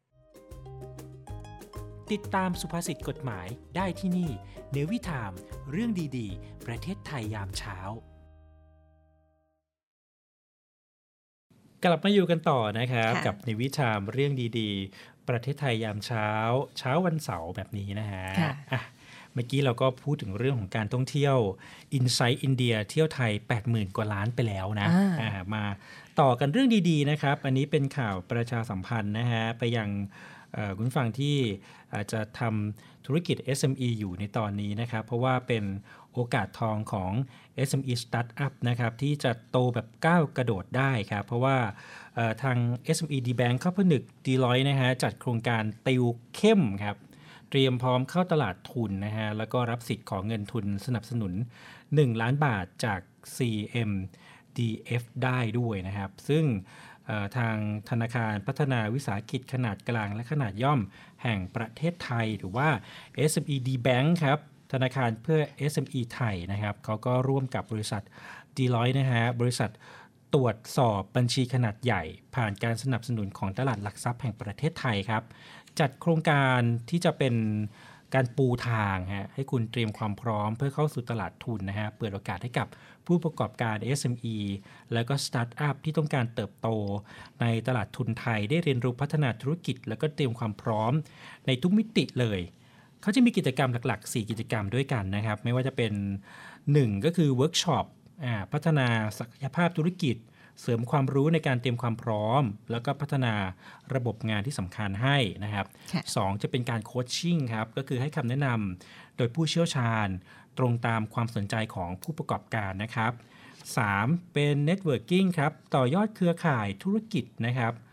ติดตามสุภาษิตกฎหมายได้ที่นี่เนวิไทม์เรื่องดีๆประเทศไทยยามเช้ากลับมาอยู่กันต่อนะครับกับเนวิไทม์เรื่องดีๆประเทศไทยยามเช้าเช้าวันเสาร์แบบนี้นะฮะอ่ะเมื่อกี้เราก็พูดถึงเรื่องของการท่องเที่ยว Insight India เที่ยวไทย แปดหมื่น กว่าล้านไปแล้วนะอ่ามาต่อกันเรื่องดีๆนะครับอันนี้เป็นข่าวประชาสัมพันธ์นะฮะไปยังคุณฟังที่อาจจะทำธุรกิจ เอส เอ็ม อี อยู่ในตอนนี้นะครับเพราะว่าเป็นโอกาสทองของ เอส เอ็ม อี Startup นะครับที่จะโตแบบก้าวกระโดดได้ครับเพราะว่าทาง เอส เอ็ม อี D-Bank เข้าผนึก Deloitte นะฮะจัดโครงการติวเข้มครับเตรียมพร้อมเข้าตลาดทุนนะฮะแล้วก็รับสิทธิ์ของเงินทุนสนับสนุนหนึ่งล้านบาทจาก ซี เอ็ม ดี เอฟ ได้ด้วยนะครับซึ่งทางธนาคารพัฒนาวิสาหกิจขนาดกลางและขนาดย่อมแห่งประเทศไทยหรือว่า เอส เอ็ม อี D-Bank ครับธนาคารเพื่อ เอส เอ็ม อี ไทยนะครับเขาก็ร่วมกับบริษัท Deloitte นะฮะบริษัทตรวจสอบบัญชีขนาดใหญ่ผ่านการสนับสนุนของตลาดหลักทรัพย์แห่งประเทศไทยครับจัดโครงการที่จะเป็นการปูทางฮะให้คุณเตรียมความพร้อมเพื่อเข้าสู่ตลาดทุนนะฮะเปิดโอกาสให้กับผู้ประกอบการ เอส เอ็ม อี แล้วก็สตาร์ทอัพที่ต้องการเติบโตในตลาดทุนไทยได้เรียนรู้พัฒนาธุรกิจแล้วก็เตรียมความพร้อมในทุกมิติเลยเขาจะมีกิจกรรมหลักๆสี่กิจกรรมด้วยกันนะครับไม่ว่าจะเป็นหนึ่งก็คือเวิร์กช็อปพัฒนาศักยภาพธุรกิจเสริมความรู้ในการเตรียมความพร้อมแล้วก็พัฒนาระบบงานที่สำคัญให้นะครับสองจะเป็นการโคชชิ่งครับก็คือให้คำแนะนำโดยผู้เชี่ยวชาญตรงตามความสนใจของผู้ประกอบการนะครับสามเป็นเน็ตเวิร์กิ่งครับต่อยอดเครือข่ายธุรกิจนะครับ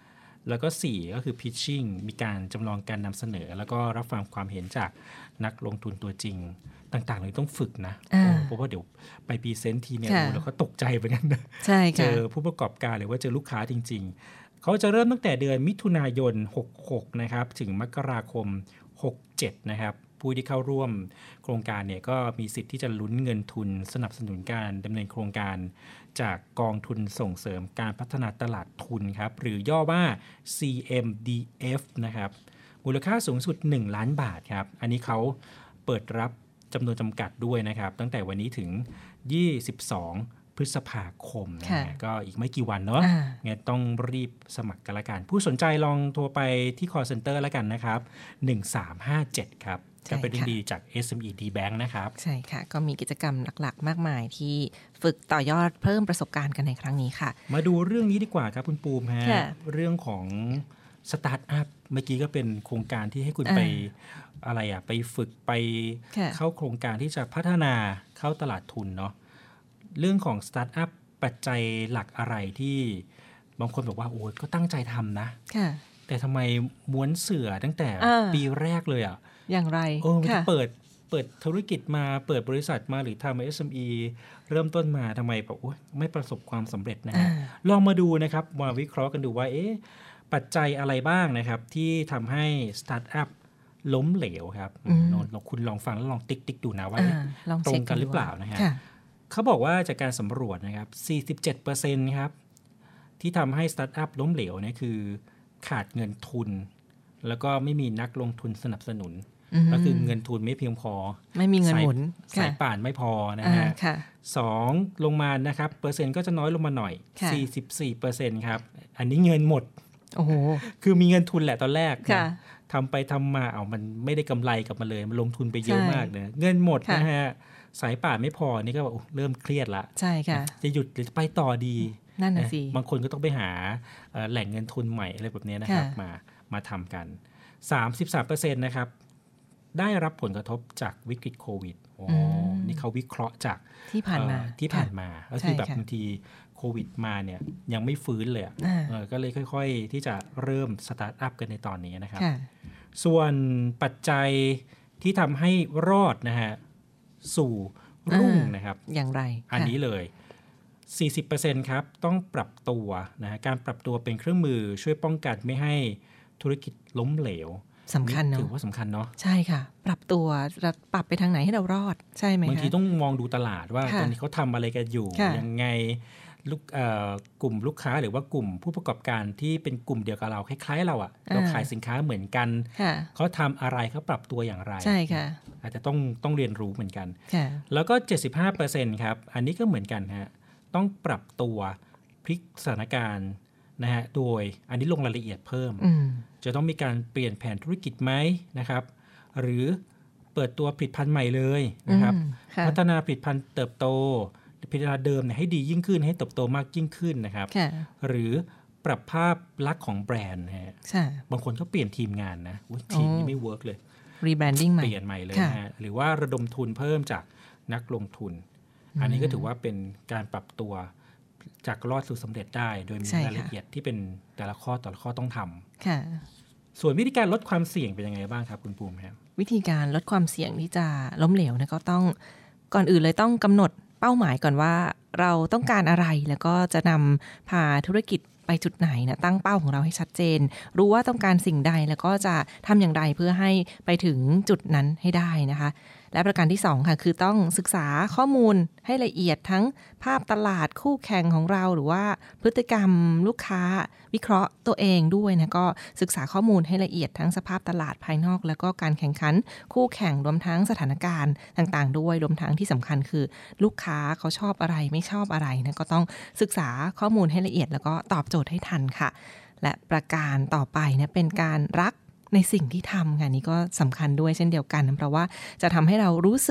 แล้วก็สี่ก็คือ pitching มีการจำลองการนำเสนอแล้วก็รับฟังความเห็นจากนักลงทุนตัวจริงต่างๆเลยต้องฝึกนะเพราะว่าเดี๋ยวไปพรีเซนต์ทีเนี่ยเราก็ตกใจเหมือนกันนะเจอผู้ประกอบการหรือว่าเจอลูกค้าจริงๆเขาจะเริ่มตั้งแต่เดือนมิถุนายนหกสิบหกนะครับถึงมกราคมหกสิบเจ็ดนะครับผู้ที่เข้าร่วมโครงการเนี่ยก็มีสิทธิ์ที่จะลุ้นเงินทุนสนับสนุนการดำเนินโครงการจากกองทุนส่งเสริมการพัฒนาตลาดทุนครับหรือย่อว่า ซี เอ็ม ดี เอฟ นะครับมูลค่าสูงสุดหนึ่งล้านบาทครับอันนี้เขาเปิดรับจำนวนจำกัดด้วยนะครับตั้งแต่วันนี้ถึงยี่สิบสองพฤษภาคมนะก็อีกไม่กี่วันเนาะงั้นต้องรีบสมัครกันละกันผู้สนใจลองโทรไปที่ call center แล้วกันนะครับหนึ่งสามห้าเจ็ดครับก็เป็นดีจาก เอส เอ็ม อี ดี Bank นะครับใช่ค่ะก็มีกิจกรรมหลักๆมากมายที่ฝึกต่อยอดเพิ่มประสบการณ์กันในครั้งนี้ค่ะมาดูเรื่องนี้ดีกว่าครับคุณปูมฮะเรื่องของสตาร์ทอัพเมื่อกี้ก็เป็นโครงการที่ให้คุณไปอะไรอ่ะไปฝึกไปเข้าโครงการที่จะพัฒนาเข้าตลาดทุนเนาะเรื่องของสตาร์ทอัพปัจจัยหลักอะไรที่บางคนบอกว่าโอ้ยก็ตั้งใจทำนะแต่ทำไมม้วนเสือตั้งแต่ปีแรกเลยอ่ะอย่างไรเออเปิดเปิดธุรกิจมาเปิดบริษัทมาหรือทำ เอส เอ็ม อี เริ่มต้นมาทำไมแบบโอ้ยไม่ประสบความสำเร็จนะฮะลองมาดูนะครับมาวิเคราะห์กันดูว่าเอ๊ะปัจจัยอะไรบ้างนะครับที่ทำให้สตาร์ทอัพล้มเหลวครับลองคุณลองฟังแล้วลองติ๊กติ๊กดูนะว่าตรงกันหรือเปล่านะฮะเขาบอกว่าจากการสำรวจนะครับ สี่สิบเจ็ดเปอร์เซ็นต์ ครับที่ทำให้สตาร์ทอัพล้มเหลวเนี่ยคือขาดเงินทุนแล้วก็ไม่มีนักลงทุนสนับสนุนก็คือเงินทุนไม่เพียงพอไม่มีเงินหมุนสายป่านไม่พอนะฮะสองลงมานะครับเปอร์เซ็นต์ก็จะน้อยลงมาหน่อย สี่สิบสี่เปอร์เซ็นต์ ครับอันนี้เงินหมดโอ้โหคือมีเงินทุนแหละตอนแรกทำไปทำมาเอามันไม่ได้กำไรกลับมาเลยมันลงทุนไปเยอะมากเลยเงินหมดนะฮะสายป่านไม่พอนี่ก็แบบเริ่มเครียดละใช่ค่ะจะหยุดหรือไปต่อดีนั่นน่ะสิบางคนก็ต้องไปหาแหล่งเงินทุนใหม่อะไรแบบนี้นะครับมามาทำกัน สามสิบสามเปอร์เซ็นต์ นะครับได้รับผลกระทบจากวิกฤตโควิดโอ้นี่เขาวิเคราะห์จากที่ผ่านมาที่ผ่านมาก็คือแบบบางทีโควิดมาเนี่ยยังไม่ฟื้นเลยก็เลยค่อยๆที่จะเริ่มสตาร์ทอัพกันในตอนนี้นะครับส่วนปัจจัยที่ทำให้รอดนะฮะสู่รุ่งนะครับอย่างไรอันนี้เลย สี่สิบเปอร์เซ็นต์ ครับต้องปรับตัวนะการปรับตัวเป็นเครื่องมือช่วยป้องกันไม่ให้ธุรกิจล้มเหลวสำคัญเนาะถือว่าสำคัญเนาะใช่ค่ะปรับตัวปรับไปทางไหนให้เรารอดใช่ไหมบางทีต้องมองดูตลาดว่าตอนนี้เขาทำอะไรกันอยู่ยังไงลูกกลุ่มลูกค้าหรือว่ากลุ่มผู้ประกอบการที่เป็นกลุ่มเดียวกับเราคล้ายๆเราอ่ะเราขายสินค้าเหมือนกันเขาทำอะไรเขาปรับตัวอย่างไรใช่ค่ะอาจจะต้องต้องเรียนรู้เหมือนกันแล้วก็ เจ็ดสิบห้าเปอร์เซ็นต์ ครับอันนี้ก็เหมือนกันฮะต้องปรับตัวพลิกสถานการณ์นะฮะโดยอันนี้ลงรายละเอียดเพิ่มจะต้องมีการเปลี่ยนแผนธุรกิจไหมนะครับหรือเปิดตัวผลิตภัณฑ์ใหม่เลยนะครับพัฒนาผลิตภัณฑ์เติบโตผลิตภัณฑ์เดิมเนี่ยให้ดียิ่งขึ้นให้เติบโตมากยิ่งขึ้นนะครับหรือปรับภาพลักษณ์ของแบรนด์นะฮะบางคนก็เปลี่ยนทีมงานนะทีมนี้ไม่เวิร์กเลย rebranding ใหม่เปลี่ยนใหม่เลยนะฮะหรือว่าระดมทุนเพิ่มจากนักลงทุนอันนี้ก็ถือว่าเป็นการปรับตัวจากรอดสู่สำเร็จได้โดยมีรายละเอียดที่เป็นแต่ละข้อแต่ละข้อต้องทำส่วนวิธีการลดความเสี่ยงเป็นยังไงบ้างครับคุณปูมครับวิธีการลดความเสี่ยงที่จะล้มเหลวนะก็ต้องก่อนอื่นเลยต้องกำหนดเป้าหมายก่อนว่าเราต้องการอะไรแล้วก็จะนำพาธุรกิจไปจุดไหนนะตั้งเป้าของเราให้ชัดเจนรู้ว่าต้องการสิ่งใดแล้วก็จะทำอย่างไรเพื่อให้ไปถึงจุดนั้นให้ได้นะคะและประการที่สองค่ะคือต้องศึกษาข้อมูลให้ละเอียดทั้งภาพตลาดคู่แข่งของเราหรือว่าพฤติกรรมลูกค้าวิเคราะห์ตัวเองด้วยนะก็ศึกษาข้อมูลให้ละเอียดทั้งสภาพตลาดภายนอกแล้วก็การแข่งขันคู่แข่งรวมทั้งสถานการณ์ต่างๆด้วยรวมทั้งที่สำคัญคือลูกค้าเขาชอบอะไรไม่ชอบอะไรนะก็ต้องศึกษาข้อมูลให้ละเอียดแล้วก็ตอบโจทย์ให้ทันค่ะและประการต่อไปนะเป็นการรักในสิ่งที่ทำงานนี้ก็สำคัญด้วยเช่นเดียวกันเพราะว่าจะทำให้เรารู้สึก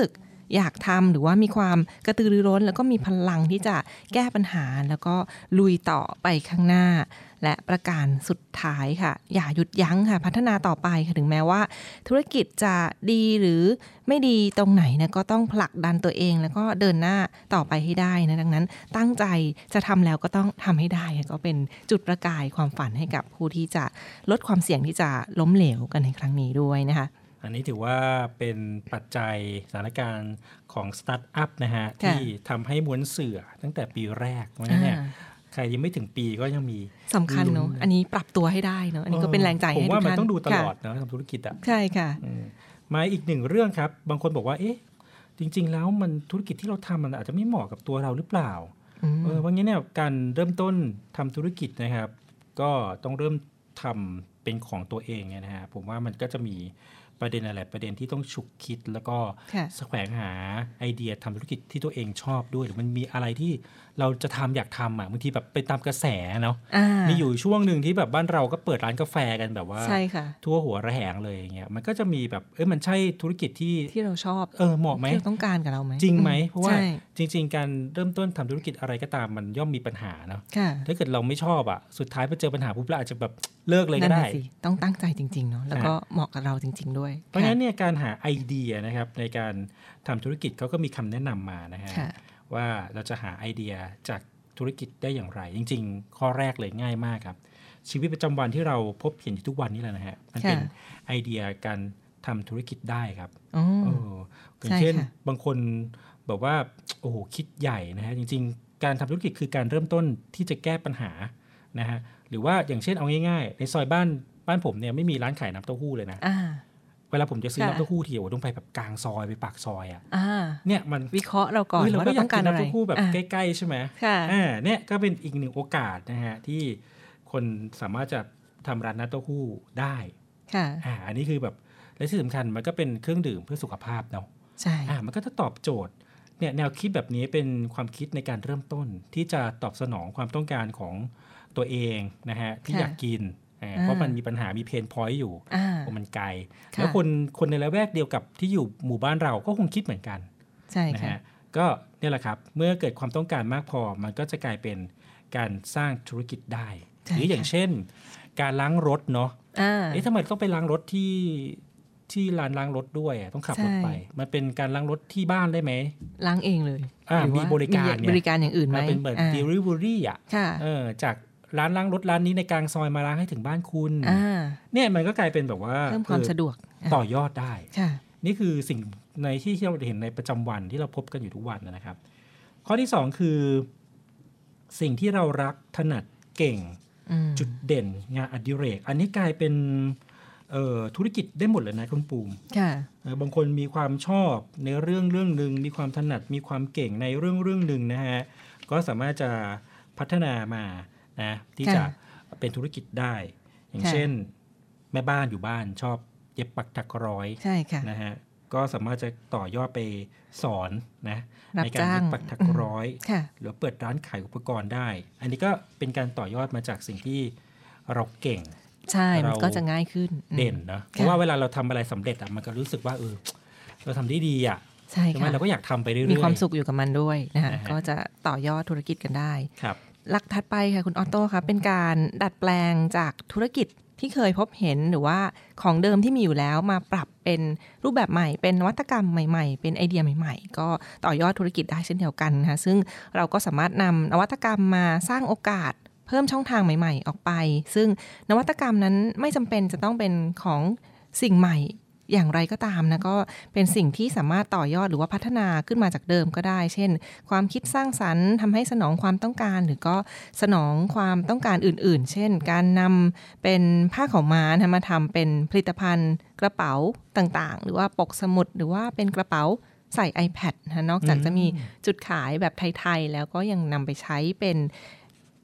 อยากทำหรือว่ามีความกระตือรือร้นแล้วก็มีพลังที่จะแก้ปัญหาแล้วก็ลุยต่อไปข้างหน้าและประการสุดท้ายค่ะอย่าหยุดยั้งค่ะพัฒนาต่อไปค่ะถึงแม้ว่าธุรกิจจะดีหรือไม่ดีตรงไหนนะก็ต้องผลักดันตัวเองแล้วก็เดินหน้าต่อไปให้ได้นะดังนั้นตั้งใจจะทำแล้วก็ต้องทำให้ได้ก็เป็นจุดประกายความฝันให้กับผู้ที่จะลดความเสี่ยงที่จะล้มเหลวกันในครั้งนี้ด้วยนะคะอันนี้ถือว่าเป็นปัจจัยสถานการณ์ของสตาร์ทอัพนะฮะที่ทำให้ม้วนเสือตั้งแต่ปีแรกเพราะฉะนั้นเนี่ยใครยังไม่ถึงปีก็ยังมีสำคัญเนาะอันนี้ปรับตัวให้ได้เนาะอันนี้ก็เป็นแรงใจให้ทุกท่านผมว่ามันต้องดูตลอดนะทำธุรกิจอ่ะใช่ค่ะมาอีกหนึ่งเรื่องครับบางคนบอกว่าเอ๊ะจริงๆแล้วมันธุรกิจที่เราทำมันอาจจะไม่เหมาะกับตัวเราหรือเปล่าเออเพราะงั้นเนี่ยการเริ่มต้นทำธุรกิจนะครับก็ต้องเริ่มทำเป็นของตัวเองนะฮะผมว่ามันก็จะมีประเด็นอะไรประเด็นที่ต้องฉุกคิดแล้วก็แสวงหาไอเดียทำธุรกิจที่ตัวเองชอบด้วยหรือมันมีอะไรที่เราจะทำอยากทำอ่ะบางทีแบบไปตามกระแสเนาะมีอยู่ช่วงหนึ่งที่แบบบ้านเราก็เปิดร้านกาแฟกันแบบว่าทั่วหัวระแหงเลยอย่างเงี้ยมันก็จะมีแบบเอ้ยมันใช่ธุรกิจที่ที่เราชอบเออเหมาะไหมที่เราต้องการกับเราไหมจริงไหมเพราะว่าจริงๆการเริ่มต้นทำธุรกิจอะไรก็ตามมันย่อมมีปัญหาเนาะถ้าเกิดเราไม่ชอบอ่ะสุดท้ายพอเจอปัญหาปุ๊บเราอาจจะแบบเลิกเลยก็ได้ต้องตั้งใจจริงๆเนาะแล้วก็เหมาะกับเราจริงๆด้วยเพราะฉะนั้นเนี่ยการหาไอเดียนะครับในการทำธุรกิจเขาก็มีคำแนะนำมานะฮะว่าเราจะหาไอเดียจากธุรกิจได้อย่างไรจริงๆข้อแรกเลยง่ายมากครับชีวิตประจำวันที่เราพบเห็นอยู่ทุกวันนี้แหละนะฮะมันเป็นไอเดียการทำธุรกิจได้ครับอย่างเช่นบางคนบอกว่าโอ้โหคิดใหญ่นะฮะจริงๆการทำธุรกิจคือการเริ่มต้นที่จะแก้ปัญหานะฮะหรือว่าอย่างเช่นเอาง่ายๆในซอยบ้านบ้านผมเนี่ยไม่มีร้านขายน้ำเต้าหู้เลยนะเวลาผมจะซื้อน้ำเต้าหู้ทีโอ้ต้องไปแบบกลางซอยไปปากซอยอ่ะเนี่ยมันวิเคราะห์เราก่อนว่าเราต้องการอะไรน้ำเต้าหู้แบบใกล้ๆใช่ไหมอ่าเนี่ยก็เป็นอีกหนึ่งโอกาสนะฮะที่คนสามารถจะทำร้านน้ำเต้าหู้ได้ค่ะอ่าอันนี้คือแบบและที่สำคัญมันก็เป็นเครื่องดื่มเพื่อสุขภาพเนาะใช่อ่ามันก็จะตอบโจทย์เนี่ยแนวคิดแบบนี้เป็นความคิดในการเริ่มต้นที่จะตอบสนองความต้องการของตัวเองนะฮะที่อยากกินเพราะมันมีปัญหามีเพนพอยต์อยู่มันไกลแล้วคนคนในละแวกเดียวกับที่อยู่หมู่บ้านเราก็คงคิดเหมือนกันใช่นะฮะก็เนี่ยแหละครับเมื่อเกิดความต้องการมากพอมันก็จะกลายเป็นการสร้างธุรกิจได้หรืออย่างเช่นการล้างรถเนาะเอ๊ะทำไมต้องไปล้างรถที่ที่ร้านล้างรถด้วยต้องขับรถไปมันเป็นการล้างรถที่บ้านได้ไหมล้างเองเลยมีบริการบริการอย่างอื่นไหมเป็นเหมือน delivery อ่ะเออจากร้านล้างรถร้านนี้ในกลางซอยมาล้างให้ถึงบ้านคุณเนี่ยมันก็กลายเป็นแบบว่าเพิ่มความสะดวกต่อยอดได้นี่คือสิ่งในที่ที่เราเห็นในประจำวันที่เราพบกันอยู่ทุกวันนะครับข้อที่สองคือสิ่งที่เรารักถนัดเก่งจุดเด่นงานอดิเรกอันนี้กลายเป็นธุรกิจได้หมดเลยนะคุณปูมบางคนมีความชอบในเรื่องเรื่องนึงมีความถนัดมีความเก่งในเรื่องเรื่องนึงนะฮะก็สามารถจะพัฒนามานะที่จะเป็นธุรกิจได้อย่างเช่นแม่บ้านอยู่บ้านชอบเย็บปักถักร้อยนะฮะก็สามารถจะต่อยอดไปสอนนะในการเย็บปักถักร้อยหรือเปิดร้านขายอุปกรณ์ได้อันนี้ก็เป็นการต่อยอดมาจากสิ่งที่เราเก่งใช่มันก็จะง่ายขึ้นเด่นนะเพราะว่าเวลาเราทำอะไรสำเร็จอ่ะมันก็รู้สึกว่าเออเราทำได้ดีอ่ะใช่ค่ะเราก็อยากทำไปเรื่อยๆมีความสุขอยู่กับมันด้วยนะคะก็จะต่อยอดธุรกิจกันได้ครับหลักถัดไปค่ะคุณออโต้ค่ะเป็นการดัดแปลงจากธุรกิจที่เคยพบเห็นหรือว่าของเดิมที่มีอยู่แล้วมาปรับเป็นรูปแบบใหม่เป็นนวัตกรรมใหม่ๆเป็นไอเดียใหม่ๆก็ต่อยอดธุรกิจได้เช่นเดียวกันนะคะซึ่งเราก็สามารถนำนวัตกรรมมาสร้างโอกาสเพิ่มช่องทางใหม่ๆออกไปซึ่งนวัตกรรมนั้นไม่จำเป็นจะต้องเป็นของสิ่งใหม่อย่างไรก็ตามนะก็เป็นสิ่งที่สามารถต่อยอดหรือว่าพัฒนาขึ้นมาจากเดิมก็ได้เช่นความคิดสร้างสรรค์ทำให้สนองความต้องการหรือก็สนองความต้องการอื่นๆเช่นการนำเป็นผ้าขาวม้ามาทำเป็นผลิตภัณฑ์กระเป๋าต่างๆหรือว่าปกสมุดหรือว่าเป็นกระเป๋าใส่ iPad นะนอกจากจะมีจุดขายแบบไทยๆแล้วก็ยังนำไปใช้เป็น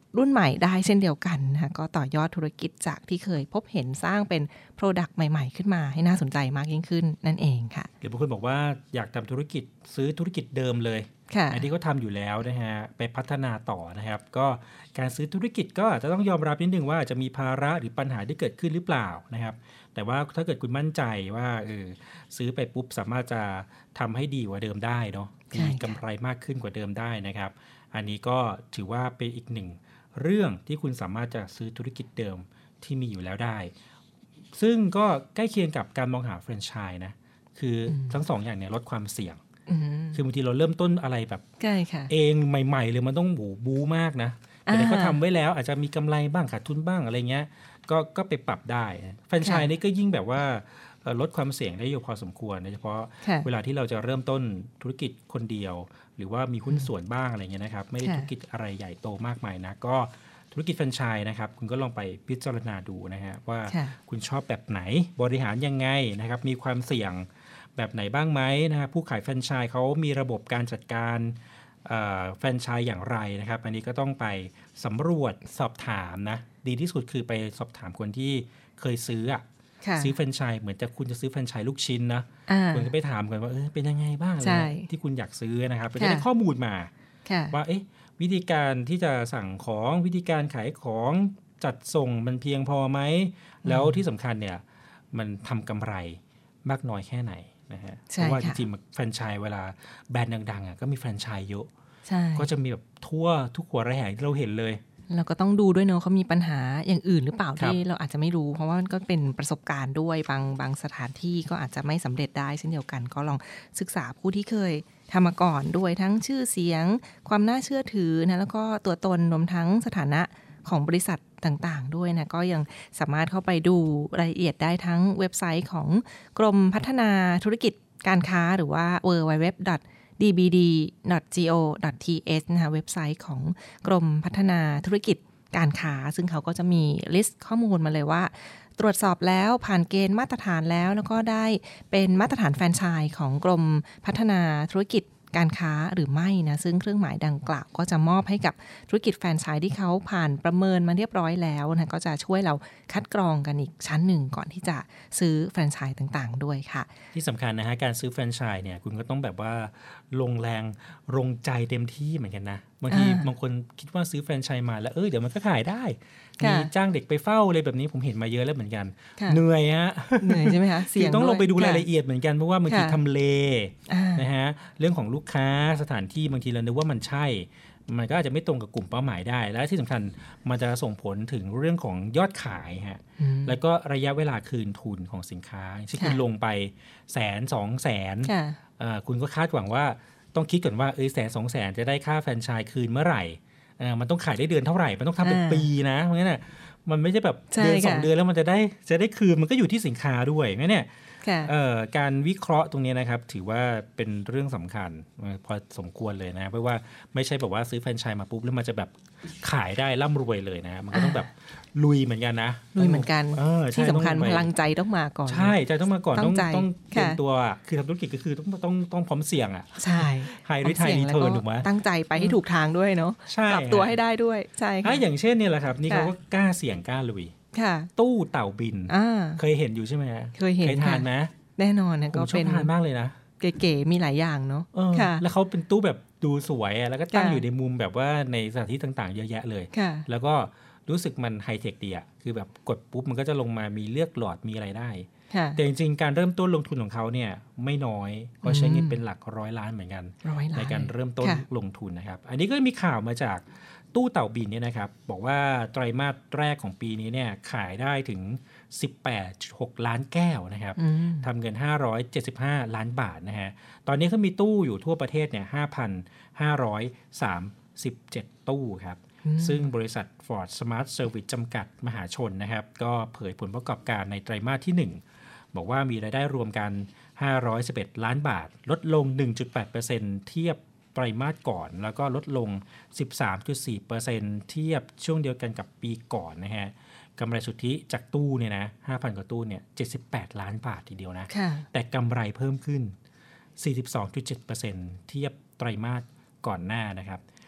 รุ่นใหม่ได้เช่นเดียวกันนะคะก็ต่อยอดธุรกิจจากที่เคยพบเห็นสร้างเป็น Product ใหม่ๆขึ้นมาให้น่าสนใจมากยิ่งขึ้นนั่นเองค่ะหรือบางคนบอกว่าอยากทำธุรกิจซื้อธุรกิจเดิมเลยอันนี้ก็ทำอยู่แล้วนะฮะไปพัฒนาต่อนะครับก็การซื้อธุรกิจก็อาจจะต้องยอมรับนิดนึงว่าจะมีภาระหรือปัญหาที่เกิดขึ้นหรือเปล่านะครับแต่ว่าถ้าเกิดคุณมั่นใจว่าเออซื้อไปปุ๊บสามารถจะทำให้ดีกว่าเดิมได้เนาะมีกำไรมากขึ้นกว่าเดิมได้นะครับอันนี้ก็ถือว่าเป็นอีกหนึ่งเรื่องที่คุณสามารถจะซื้อธุรกิจเดิมที่มีอยู่แล้วได้ซึ่งก็ใกล้เคียงกับการมองหาแฟรนไชส์นะคือทั้งสองอย่างเนี่ยลดความเสี่ยงคือบางทีเราเริ่มต้นอะไรแบบเองใหม่ๆเลยมันต้องบูบูมากนะแต่ก็ทำไว้แล้วอาจจะมีกำไรบ้างขาดทุนบ้างอะไรเงี้ยก็ก็ไปปรับได้แฟรนไชส์นี่ก็ยิ่งแบบว่าลดความเสี่ยงได้อยู่พอสมควรโดยเฉพาะเวลาที่เราจะเริ่มต้นธุรกิจคนเดียวหรือว่ามีหุ้นส่วนบ้างอะไรเงี้ยนะครับไม่ได้ธุรกิจอะไรใหญ่โตมากมายนะก็ธุรกิจแฟรนไชส์นะครับคุณก็ลองไปพิจารณาดูนะฮะว่าคุณชอบแบบไหนบริหารยังไงนะครับมีความเสี่ยงแบบไหนบ้างไหมนะครับผู้ขายแฟรนไชส์เขามีระบบการจัดการแฟรนไชส์อย่างไรนะครับอันนี้ก็ต้องไปสำรวจสอบถามนะดีที่สุดคือไปสอบถามคนที่เคยซื้ออะซื้อแฟรนไชส์เหมือนจะคุณจะซื้อแฟรนไชส์ลูกชิ้นนะคุณก็ไปถามกันว่าเออเป็นยังไงบ้างที่คุณอยากซื้อนะครับไปได้ข้อมูลมาว่าเอ๊ะวิธีการที่จะสั่งของวิธีการขายของจัดส่งมันเพียงพอไหมแล้วที่สำคัญเนี่ยมันทำกำไรมากน้อยแค่ไหนนะฮะเพราะว่าจริงๆแฟรนไชส์เวลาแบรนด์ดังๆอ่ะก็มีแฟรนไชส์เยอะก็จะมีแบบทั่วทุกหัวระแหงที่เราเห็นเลยเราก็ต้องดูด้วยเนาะเขามีปัญหาอย่างอื่นหรือเปล่าที่เราอาจจะไม่รู้เพราะว่าก็เป็นประสบการณ์ด้วยบางบางสถานที่ก็อาจจะไม่สำเร็จได้เช่นเดียวกันก็ลองศึกษาผู้ที่เคยทำมาก่อนด้วยทั้งชื่อเสียงความน่าเชื่อถือนะแล้วก็ตัวตนรวมทั้งสถานะของบริษัทต่างๆด้วยนะก็ยังสามารถเข้าไปดูรายละเอียดได้ทั้งเว็บไซต์ของกรมพัฒนาธุรกิจการค้าหรือว่า ดับเบิลยู ดับเบิลยู ดับเบิลยู ดอท ดี บี ดี ดอท จี โอ ดอท ที เอช นะคะเว็บไซต์ของกรมพัฒนาธุรกิจการค้าซึ่งเขาก็จะมีลิสต์ข้อมูลมาเลยว่าตรวจสอบแล้วผ่านเกณฑ์มาตรฐานแล้วแล้วก็ได้เป็นมาตรฐานแฟรนไชส์ของกรมพัฒนาธุรกิจการค้าหรือไม่นะซึ่งเครื่องหมายดังกล่าวก็จะมอบให้กับธุรกิจแฟรนไชส์ที่เขาผ่านประเมินมาเรียบร้อยแล้วนะก็จะช่วยเราคัดกรองกันอีกชั้นหนึ่งก่อนที่จะซื้อแฟรนไชส์ต่างๆด้วยค่ะที่สำคัญนะฮะการซื้อแฟรนไชส์เนี่ยคุณก็ต้องแบบว่าลงแรงลงใจเต็มที่เหมือนกันนะบางทีบางคนคิดว่าซื้อแฟรนไชส์มาแล้วเออเดี๋ยวมันก็ขายได้มีจ้างเด็กไปเฝ้าเลยแบบนี้ผมเห็นมาเยอะแล้วเหมือนกันเหนื่อยฮะเหนื่อยใช่ไหมคะคือต้องลงไปดูรายละเอียดเหมือนกันเพราะว่าบางทีทำเลนะฮะเรื่องของลูกค้าสถานที่บางทีเราคิดว่ามันใช่มันก็อาจจะไม่ตรงกับกลุ่มเป้าหมายได้และที่สำคัญมันจะส่งผลถึงเรื่องของยอดขายฮะแล้วก็ระยะเวลาคืนทุนของสินค้าที่คุณลงไปแสนสองแสนคุณก็คาดหวังว่าต้องคิดก่อนว่าเออแสนสองแสนจะได้ค่าแฟรนไชส์คืนเมื่อไหร่มันต้องขายได้เดือนเท่าไหร่มันต้องทำเป็นปีนะเพราะงั้นน่ะมันไม่ใช่แบบเดือนสองเดือนแล้วมันจะได้จะได้คืนมันก็อยู่ที่สินค้าด้วยงั้นเนี่ยการวิเคราะห์ตรงนี้นะครับถือว่าเป็นเรื่องสำคัญพอสมควรเลยนะเพราะว่าไม่ใช่แบบว่าซื้อแฟรนไชส์มาปุ๊บแล้วมันจะแบบขายได้ร่ำรวยเลยนะมันก็ต้องแบบลุยเหมือนกันนะลุยเหมือนกันที่สำคัญพลังใจต้องมาก่อนใช่ใจต้องมาก่อนต้องต้องเตรียมตัวคือทำธุรกิจก็คือต้องต้องต้องพร้อมเสี่ยงอ่ะใช่ไฮริทไฮรีเทิร์นถูกไหมตั้งใจไปให้ถูกทางด้วยเนาะปรับตัวให้ได้ด้วยใช่ค่ะอย่างเช่นเนี่ยแหละครับนี่เขาก็กล้าเสี่ยงกล้าลุยตู้เต่าบินเคยเห็นอยู่ใช่ไหมเคยเห็นเคยทานไหมแน่นอนนะก็เป็นทานมากเลยนะเก๋ๆมีหลายอย่างเนาะแล้วเขาเป็นตู้แบบดูสวยแล้วก็ตั้งอยู่ในมุมแบบว่าในสถานที่ต่างๆเยอะแยะเลยแล้วก็รู้สึกมันไฮเทคดีอ่ะคือแบบกดปุ๊บมันก็จะลงมามีเลือกหลอดมีอะไรได้แต่จริงๆการเริ่มต้นลงทุนของเขาเนี่ยไม่น้อยก็ใช้เงินเป็นหลักร้อยล้านเหมือนกันในการเริ่มต้นลงทุนนะครับอันนี้ก็มีข่าวมาจากตู้เต่าบินเนี่ยนะครับบอกว่าไตรมาสแรกของปีนี้เนี่ยขายได้ถึง สิบแปดจุดหก ล้านแก้วนะครับทำเงินห้าร้อยเจ็ดสิบห้าล้านบาทนะฮะตอนนี้เขามีตู้อยู่ทั่วประเทศเนี่ย ห้าพันห้าร้อยสามสิบเจ็ด ตู้ครับซึ่งบริษัท Ford Smart Service จำกัดมหาชนนะครับก็เผยผลประกอบการในไตรมาสที่หนึ่งบอกว่ามีรายได้รวมกันห้าร้อยสิบเอ็ดล้านบาทลดลง หนึ่งจุดแปดเปอร์เซ็นต์ เทียบไตรมาสก่อนแล้วก็ลดลง สิบสามจุดสี่เปอร์เซ็นต์ เทียบช่วงเดียวกันกับปีก่อนนะฮะกำไรสุทธิจากตู้เนี่ยนะ ห้าพัน กว่าตู้เนี่ยเจ็ดสิบแปดล้านบาททีเดียวนะแต่กำไรเพิ่มขึ้น สี่สิบสองจุดเจ็ดเปอร์เซ็นต์ เทียบไตรมาสก่อนหน้านะครับ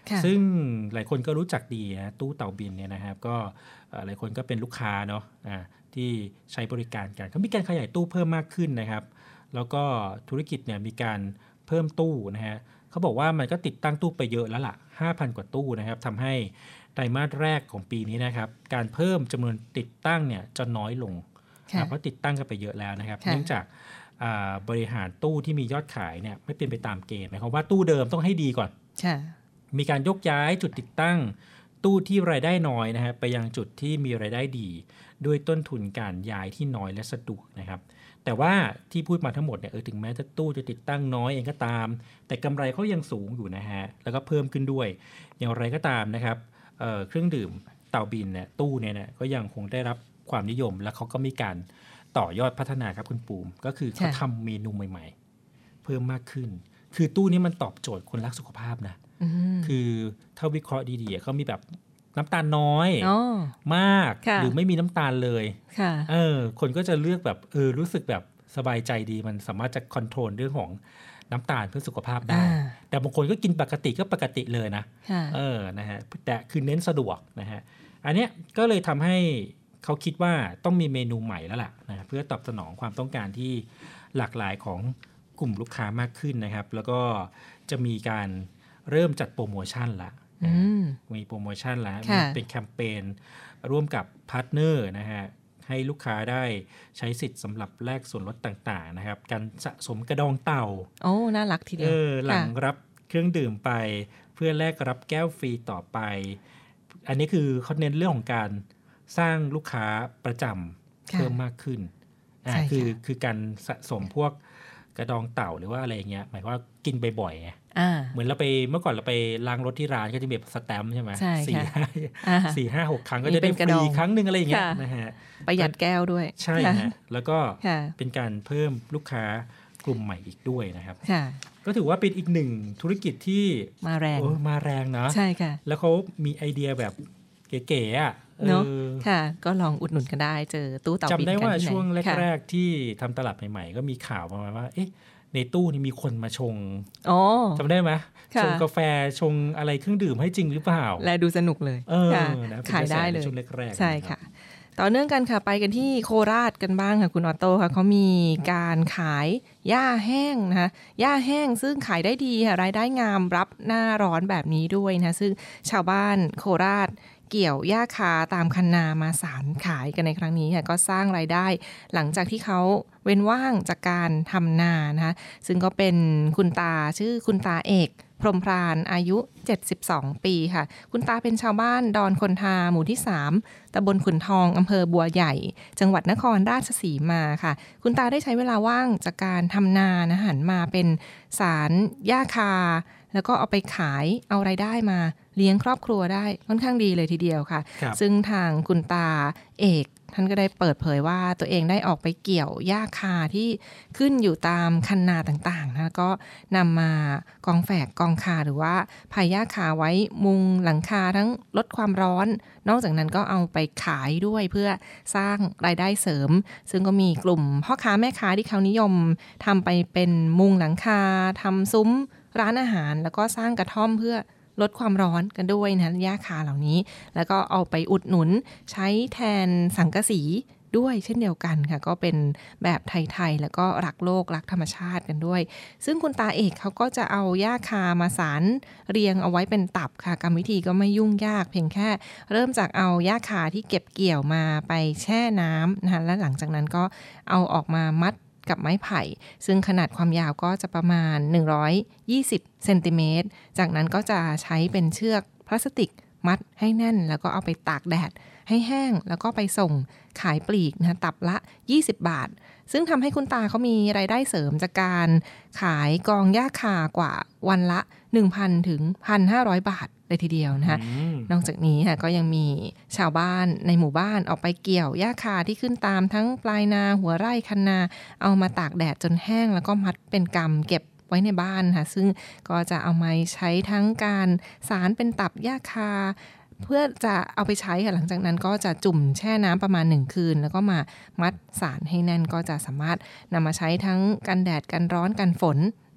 ซึ่งหลายคนก็รู้จักดีนะตู้เต่าบินเนี่ยนะครับก็หลายคนก็เป็นลูกค้าเนาะที่ใช้บริการกันเขามีการขยายตู้เพิ่มมากขึ้นนะครับแล้วก็ธุรกิจเนี่ยมีการเพิ่มตู้นะฮะเขาบอกว่ามันก็ติดตั้งตู้ไปเยอะแล้วล่ะ ห้าพัน กว่าตู้นะครับทำให้ไตรมาสแรกของปีนี้นะครับการเพิ่มจำนวนติดตั้งเนี่ยจะน้อยลงเพราะติดตั้งกันไปเยอะแล้วนะครับเนื่องจากบริหารตู้ที่มียอดขายเนี่ยไม่เป็นไปตามเกณฑ์หมายความว่าตู้เดิมต้องให้ดีก่อนมีการยกย้ายจุดติดตั้งตู้ที่รายได้น้อยนะฮะไปยังจุดที่มีรายได้ดีด้วยต้นทุนการย้ายที่น้อยและสะดวกนะครับแต่ว่าที่พูดมาทั้งหมดเนี่ยเออถึงแม้จะตู้จะติดตั้งน้อยเองก็ตามแต่กำไรเขายังสูงอยู่นะฮะแล้วก็เพิ่มขึ้นด้วยอย่างไรก็ตามนะครับ เอ่อ เครื่องดื่มเต่าบินเนี่ยตู้เนี่ยนะก็ยังคงได้รับความนิยมและเขาก็มีการต่อยอดพัฒนาครับคุณปูมก็คือเขาทำเมนูใหม่ๆเพิ่มมากขึ้นคือตู้นี้มันตอบโจทย์คนรักสุขภาพนะคือถ้าวิเคราะห์ดีๆเขามีแบบน้ำตาลน้อยมากหรือไม่มีน้ำตาลเลยเออคนก็จะเลือกแบบเออรู้สึกแบบสบายใจดีมันสามารถจะคอนโทรลเรื่องของน้ำตาลเพื่อสุขภาพได้แต่บางคนก็กินปกติก็ปกติเลยนะเออนะฮะแต่คือเน้นสะดวกนะฮะอันเนี้ยก็เลยทำให้เขาคิดว่าต้องมีเมนูใหม่แล้วล่ะนะเพื่อตอบสนองความต้องการที่หลากหลายของกลุ่มลูกค้ามากขึ้นนะครับแล้วก็จะมีการเริ่มจัดโปรโมชั่นละมีโปรโมชั่นแล้วเป็นแคมเปญร่วมกับพาร์ทเนอร์นะฮะให้ลูกค้าได้ใช้สิทธิ์สำหรับแลกส่วนลดต่างๆนะครับการสะสมกระดองเต่าโอ้น่ารักทีเดียวหลังรับเครื่องดื่มไปเพื่อแลกรับแก้วฟรีต่อไปอันนี้คือเขาเน้นเรื่องของการสร้างลูกค้าประจำเพิ่มมากขึ้นอ่าคือคือการสะสมพวกกระดองเต่าหรือว่าอะไรเงี้ยหมายว่ากินบ่อยๆไงเหมือนเราไปเมื่อก่อนเราไปล้างรถที่ร้านก็จะมีแบบสแตมป์ใช่ไหมสี่สี่ห้าหกครั้งก็จะได้ฟรีครั้งหนึ่งอะไรอย่างเงี้ยนะฮะประหยัดแก้วด้วยใช่ฮะแล้วก็เป็นการเพิ่มลูกค้ากลุ่มใหม่อีกด้วยนะครับก็ถือว่าเป็นอีกหนึ่งธุรกิจที่มาแรงมาแรงนะใช่ค่ะแล้วเขามีไอเดียแบบเก๋ๆอ่ะเนาะค่ะก็ลองอุดหนุนกันได้เจอตู้เต่าบินกันที่ไหนจำได้ว่าช่วงแรกๆที่ทำตลาดใหม่ๆก็มีข่าวประมาณว่าเอ๊ะในตู้นี่มีคนมาชงจำได้ไหมชงกาแฟชงอะไรเครื่องดื่มให้จริงหรือเปล่าและดูสนุกเลยขายได้เลยใช่ค่ะต่อเนื่องกันค่ะไปกันที่โคราชกันบ้างค่ะคุณออโต้ค่ะเขามีการขายหญ้าแห้งนะคะหญ้าแห้งซึ่งขายได้ดีค่ะรายได้งามรับหน้าร้อนแบบนี้ด้วยนะซึ่งชาวบ้านโคราชเกี่ยวหญ้าคาตามคันนามาสารขายกันในครั้งนี้ค่ะก็สร้างรายได้หลังจากที่เขาเว้นว่างจากการทำนานะคะซึ่งก็เป็นคุณตาชื่อคุณตาเอกพรหมพรานอายุเจ็ดสิบสองปีค่ะคุณตาเป็นชาวบ้านดอนคนทาหมู่ที่สามตำบลขุนทองอำเภอบัวใหญ่จังหวัดนครราชสีมาค่ะคุณตาได้ใช้เวลาว่างจากการทำนานะหันมาเป็นสารหญ้าคาแล้วก็เอาไปขายเอารายได้มาเลี้ยงครอบครัวได้ค่อนข้างดีเลยทีเดียวค่ะซึ่งทางคุณตาเอกท่านก็ได้เปิดเผยว่าตัวเองได้ออกไปเกี่ยวหญ้าคาที่ขึ้นอยู่ตามคันนาต่างๆนะก็นำมากองแฝกกองคาหรือว่าพายหญ้าคาไว้มุงหลังคาทั้งลดความร้อนนอกจากนั้นก็เอาไปขายด้วยเพื่อสร้างรายได้เสริมซึ่งก็มีกลุ่มพ่อค้าแม่ค้าที่เขานิยมทำไปเป็นมุงหลังคาทำซุ้มร้านอาหารแล้วก็สร้างกระท่อมเพื่อลดความร้อนกันด้วยนะหญ้าคาเหล่านี้แล้วก็เอาไปอุดหนุนใช้แทนสังกะสีด้วยเช่นเดียวกันค่ะก็เป็นแบบไทยๆแล้วก็รักโลกรักธรรมชาติกันด้วยซึ่งคุณตาเอกเขาก็จะเอาหญ้าคามาสารเรียงเอาไว้เป็นตับค่ะกรรมวิธีก็ไม่ยุ่งยากเพียงแค่เริ่มจากเอาหญ้าคาที่เก็บเกี่ยวมาไปแช่น้ำนะคะและหลังจากนั้นก็เอาออกมามัดกับไม้ไผ่ซึ่งขนาดความยาวก็จะประมาณหนึ่งร้อยยี่สิบเซนติเมตรจากนั้นก็จะใช้เป็นเชือกพลาสติกมัดให้แน่นแล้วก็เอาไปตากแดดให้แห้งแล้วก็ไปส่งขายปลีกนะตับละยี่สิบบาทซึ่งทำให้คุณตาเขามีรายได้เสริมจากการขายกองหญ้าคากว่าวันละ หนึ่งพัน ถึง หนึ่งพันห้าร้อย บาทเลยทีเดียวนะคะนอกจากนี้ค่ะก็ยังมีชาวบ้านในหมู่บ้านออกไปเกี่ยวหญ้าคาที่ขึ้นตามทั้งปลายนาหัวไร่คันนาเอามาตากแดดจนแห้งแล้วก็มัดเป็นกำเก็บไว้ในบ้านค่ะซึ่งก็จะเอามาใช้ทั้งการสารเป็นตับหญ้าคาเพื่อจะเอาไปใช้ค่ะหลังจากนั้นก็จะจุ่มแช่น้ำประมาณหนึ่งคืนแล้วก็มามัดสารให้แน่นก็จะสามารถนำมาใช้ทั้งกันแดดกันร้อนกันฝน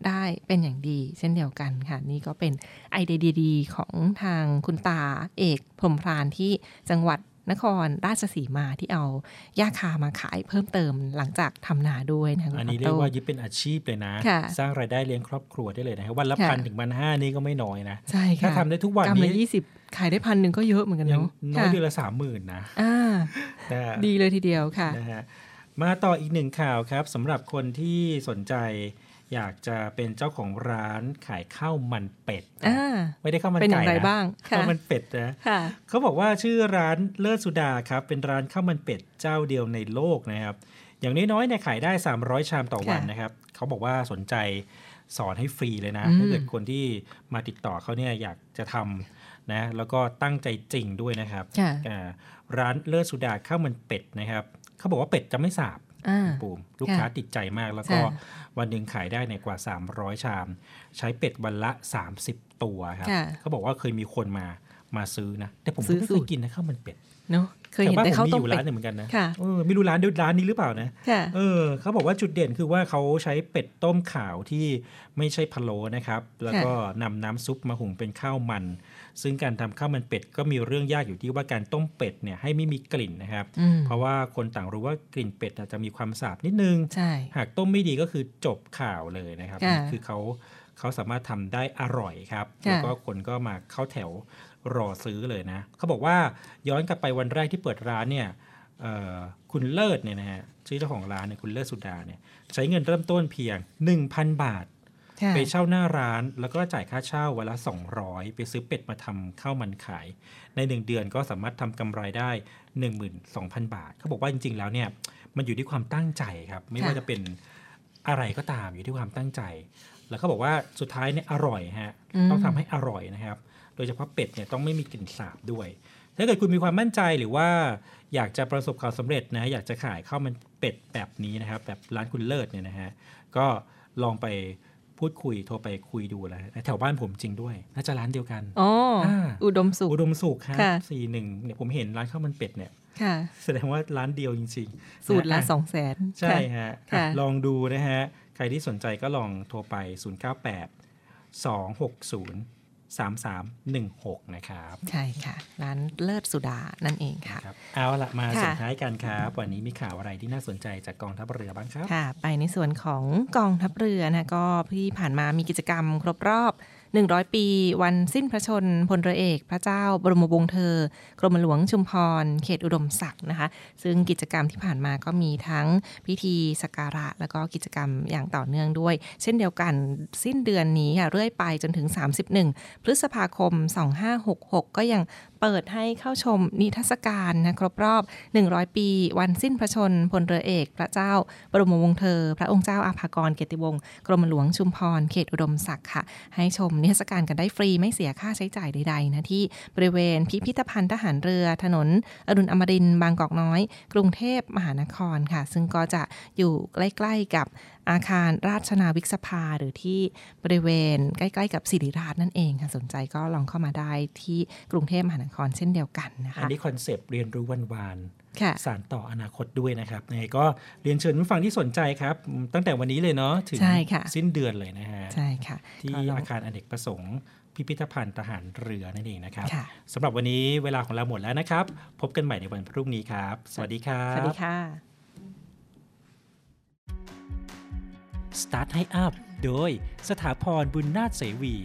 ได้เป็นอย่างดีเช่นเดียวกันค่ะนี่ก็เป็นไอเดียดีๆของทางคุณตาเอกพรหมพรานที่จังหวัดนครราชสีมาที่เอาหญ้าคามาขายเพิ่มเติมหลังจากทำนาด้วยนะอันนี้เรียกว่ายึดเป็นอาชีพเลยนะสร้างรายได้เลี้ยงครอบครัวได้เลยนะครับวันละพันถึงพันห้านี่ก็ไม่น้อยนะใช่ค่ะถ้าทำได้ทุกวันนี้กำละยี่สิบขายได้พันหนึ่งก็เยอะเหมือนกันเนาะน้อยเดือนละสามหมื่นนะดีเลยทีเดียวค่ะนะฮะมาต่ออีกหนึ่งข่าวครับสำหรับคนที่สนใจอยากจะเป็นเจ้าของร้านขายข้าวมันเป็ดไม่ได้ข้าวมันไก่นะข้าวมันเป็ดนะเขาบอกว่าชื่อร้านเลิศสุดาครับเป็นร้านข้าวมันเป็ดเจ้าเดียวในโลกนะครับอย่างน้อยๆเนี่ยขายได้สามร้อยชามต่อวันนะครับเขาบอกว่าสนใจสอนให้ฟรีเลยนะถ้าเกิดคนที่มาติดต่อเขาเนี่ยอยากจะทำนะแล้วก็ตั้งใจจริงด้วยนะครับร้านเลิศสุดาข้าวมันเป็ดนะครับเขาบอกว่าเป็ดจะไม่สาบปูมลูกค้าติดใจมากแล้วก็วันหนึ่งขายได้ในกว่าสามร้อยชามใช้เป็ดวันละสามสิบตัวครับเขาบอกว่าเคยมีคนมามาซื้อนะแต่ผมไม่เคยกินนะข้าวมันเป็ดเนาะเคยเห็นแต่ข้าวต้มเป็ดร้านนึงเหมือนกันนะเออไม่รู้ร้านเดียวร้านนี้หรือเปล่านะเออเขาบอกว่าจุดเด่นคือว่าเขาใช้เป็ดต้มขาวที่ไม่ใช่พะโล้นะครับแล้วก็นำน้ำซุปมาหุงเป็นข้าวมันซึ่งการทำข้าวมันเป็ดก็มีเรื่องยากอยู่ที่ว่าการต้มเป็ดเนี่ยให้ไม่มีกลิ่นนะครับเพราะว่าคนต่างรู้ว่ากลิ่นเป็ดจะมีความสาบนิดนึงหากต้มไม่ดีก็คือจบข่าวเลยนะครับคือเขาเขาสามารถทำได้อร่อยครับแล้วก็คนก็มาเข้าแถวรอซื้อเลยนะเขาบอกว่าย้อนกลับไปวันแรกที่เปิดร้านเนี่ยคุณเลิศเนี่ยนะฮะชื่อเจ้าของร้านเนี่ยคุณเลิศสุดาเนี่ยใช้เงินเริ่มต้นเพียง หนึ่งพัน บาทไปเช่าหน้าร้านแล้วก็จ่ายค่าเช่าวันละสองร้อยไปซื้อเป็ดมาทำข้าวมันขายในหนึ่งเดือนก็สามารถทำกำไรได้ หนึ่งหมื่นสองพัน บาทเขาบอกว่าจริงๆแล้วเนี่ยมันอยู่ที่ความตั้งใจครับไม่ว่าจะเป็นอะไรก็ตามอยู่ที่ความตั้งใจแล้วเขาบอกว่าสุดท้ายเนี่ยอร่อยฮะต้องทำให้อร่อยนะครับโดยเฉพาะเป็ดเนี่ยต้องไม่มีกลิ่นสาบด้วยถ้าเกิดคุณมีความมั่นใจหรือว่าอยากจะประสบความสำเร็จนะอยากจะขายข้าวมันเป็ดแบบนี้นะครับแบบร้านคุณเลิศเนี่ยนะฮะก็ลองไปพูดคุยโทรไปคุยดูแล้วแถวบ้านผมจริงด้วยน่าจะร้านเดียวกันอ๋ออุดมสุขอุดมสุขครับสี่สิบเอ็ดเนี่ยผมเห็นร้านข้าวมันเป็ดเนี่ยแสดงว่าร้านเดียวจริงๆสูตรละ สองแสนใช่ฮะลองดูนะฮะใครที่สนใจก็ลองโทรไปศูนย์ เก้า แปด สอง หก ศูนย์ สาม สาม หนึ่ง หกนะครับใช่ค่ะร้านเลิศสุดานั่นเองค่ะเอาละมาสุดท้ายกันครับวันนี้มีข่าวอะไรที่น่าสนใจจากกองทัพเรือบ้างครับค่ะไปในส่วนของกองทัพเรือนะก็ที่ผ่านมามีกิจกรรมครบรอบหนึ่งร้อยปีวันสิ้นพระชนพลเรือเอกพระเจ้าบรมวงศ์เธอกรมหลวงชุมพรเขตอุดมศักดิ์นะคะซึ่งกิจกรรมที่ผ่านมาก็มีทั้งพิธีสักการะแล้วก็กิจกรรมอย่างต่อเนื่องด้วยเช่นเดียวกันสิ้นเดือนนี้ค่ะเรื่อยไปจนถึงสามสิบเอ็ดพฤษภาคมสองพันห้าร้อยหกสิบหกก็ยังเปิดให้เข้าชมนิทรรศการนะครบรอบหนึ่งร้อยปีวันสิ้นพระชนพลเรือเอกพระเจ้าบรมวงศ์เธอพระองค์เจ้าอาภากรเกียรติวงศ์กรมหลวงชุมพรเขตอุดมศักดิ์ค่ะให้ชมนิทรรศการกันได้ฟรีไม่เสียค่าใช้จ่ายใดๆนะที่บริเวณพิพิธภัณฑ์ทหารเรือถนนอรุณอมรินทร์บางกอกน้อยกรุงเทพมหานครค่ะซึ่งก็จะอยู่ใกล้ๆกับอาคารราชนาวิกสภาหรือที่บริเวณใกล้ๆกับศิริราชนั่นเองค่ะสนใจก็ลองเข้ามาได้ที่กรุงเทพมหานครเช่นเดียวกันนะคะอันนี้คอนเซปต์เรียนรู้วันวานสานต่ออนาคตด้วยนะครับยังไงก็เรียนเชิญผู้ฟังที่สนใจครับตั้งแต่วันนี้เลยเนาะถึงสิ้นเดือนเลยนะฮะใช่ค่ะที่อาคารอเนกประสงค์พิพิธภัณฑ์ทหารเรือนั่นเองนะครับสำหรับวันนี้เวลาของเราหมดแล้วนะครับพบกันใหม่ในวันพรุ่งนี้ครับสวัสดีครับสวัสดีค่ะ Start ให้อัพโดยสถาพรบุญนาถเสวี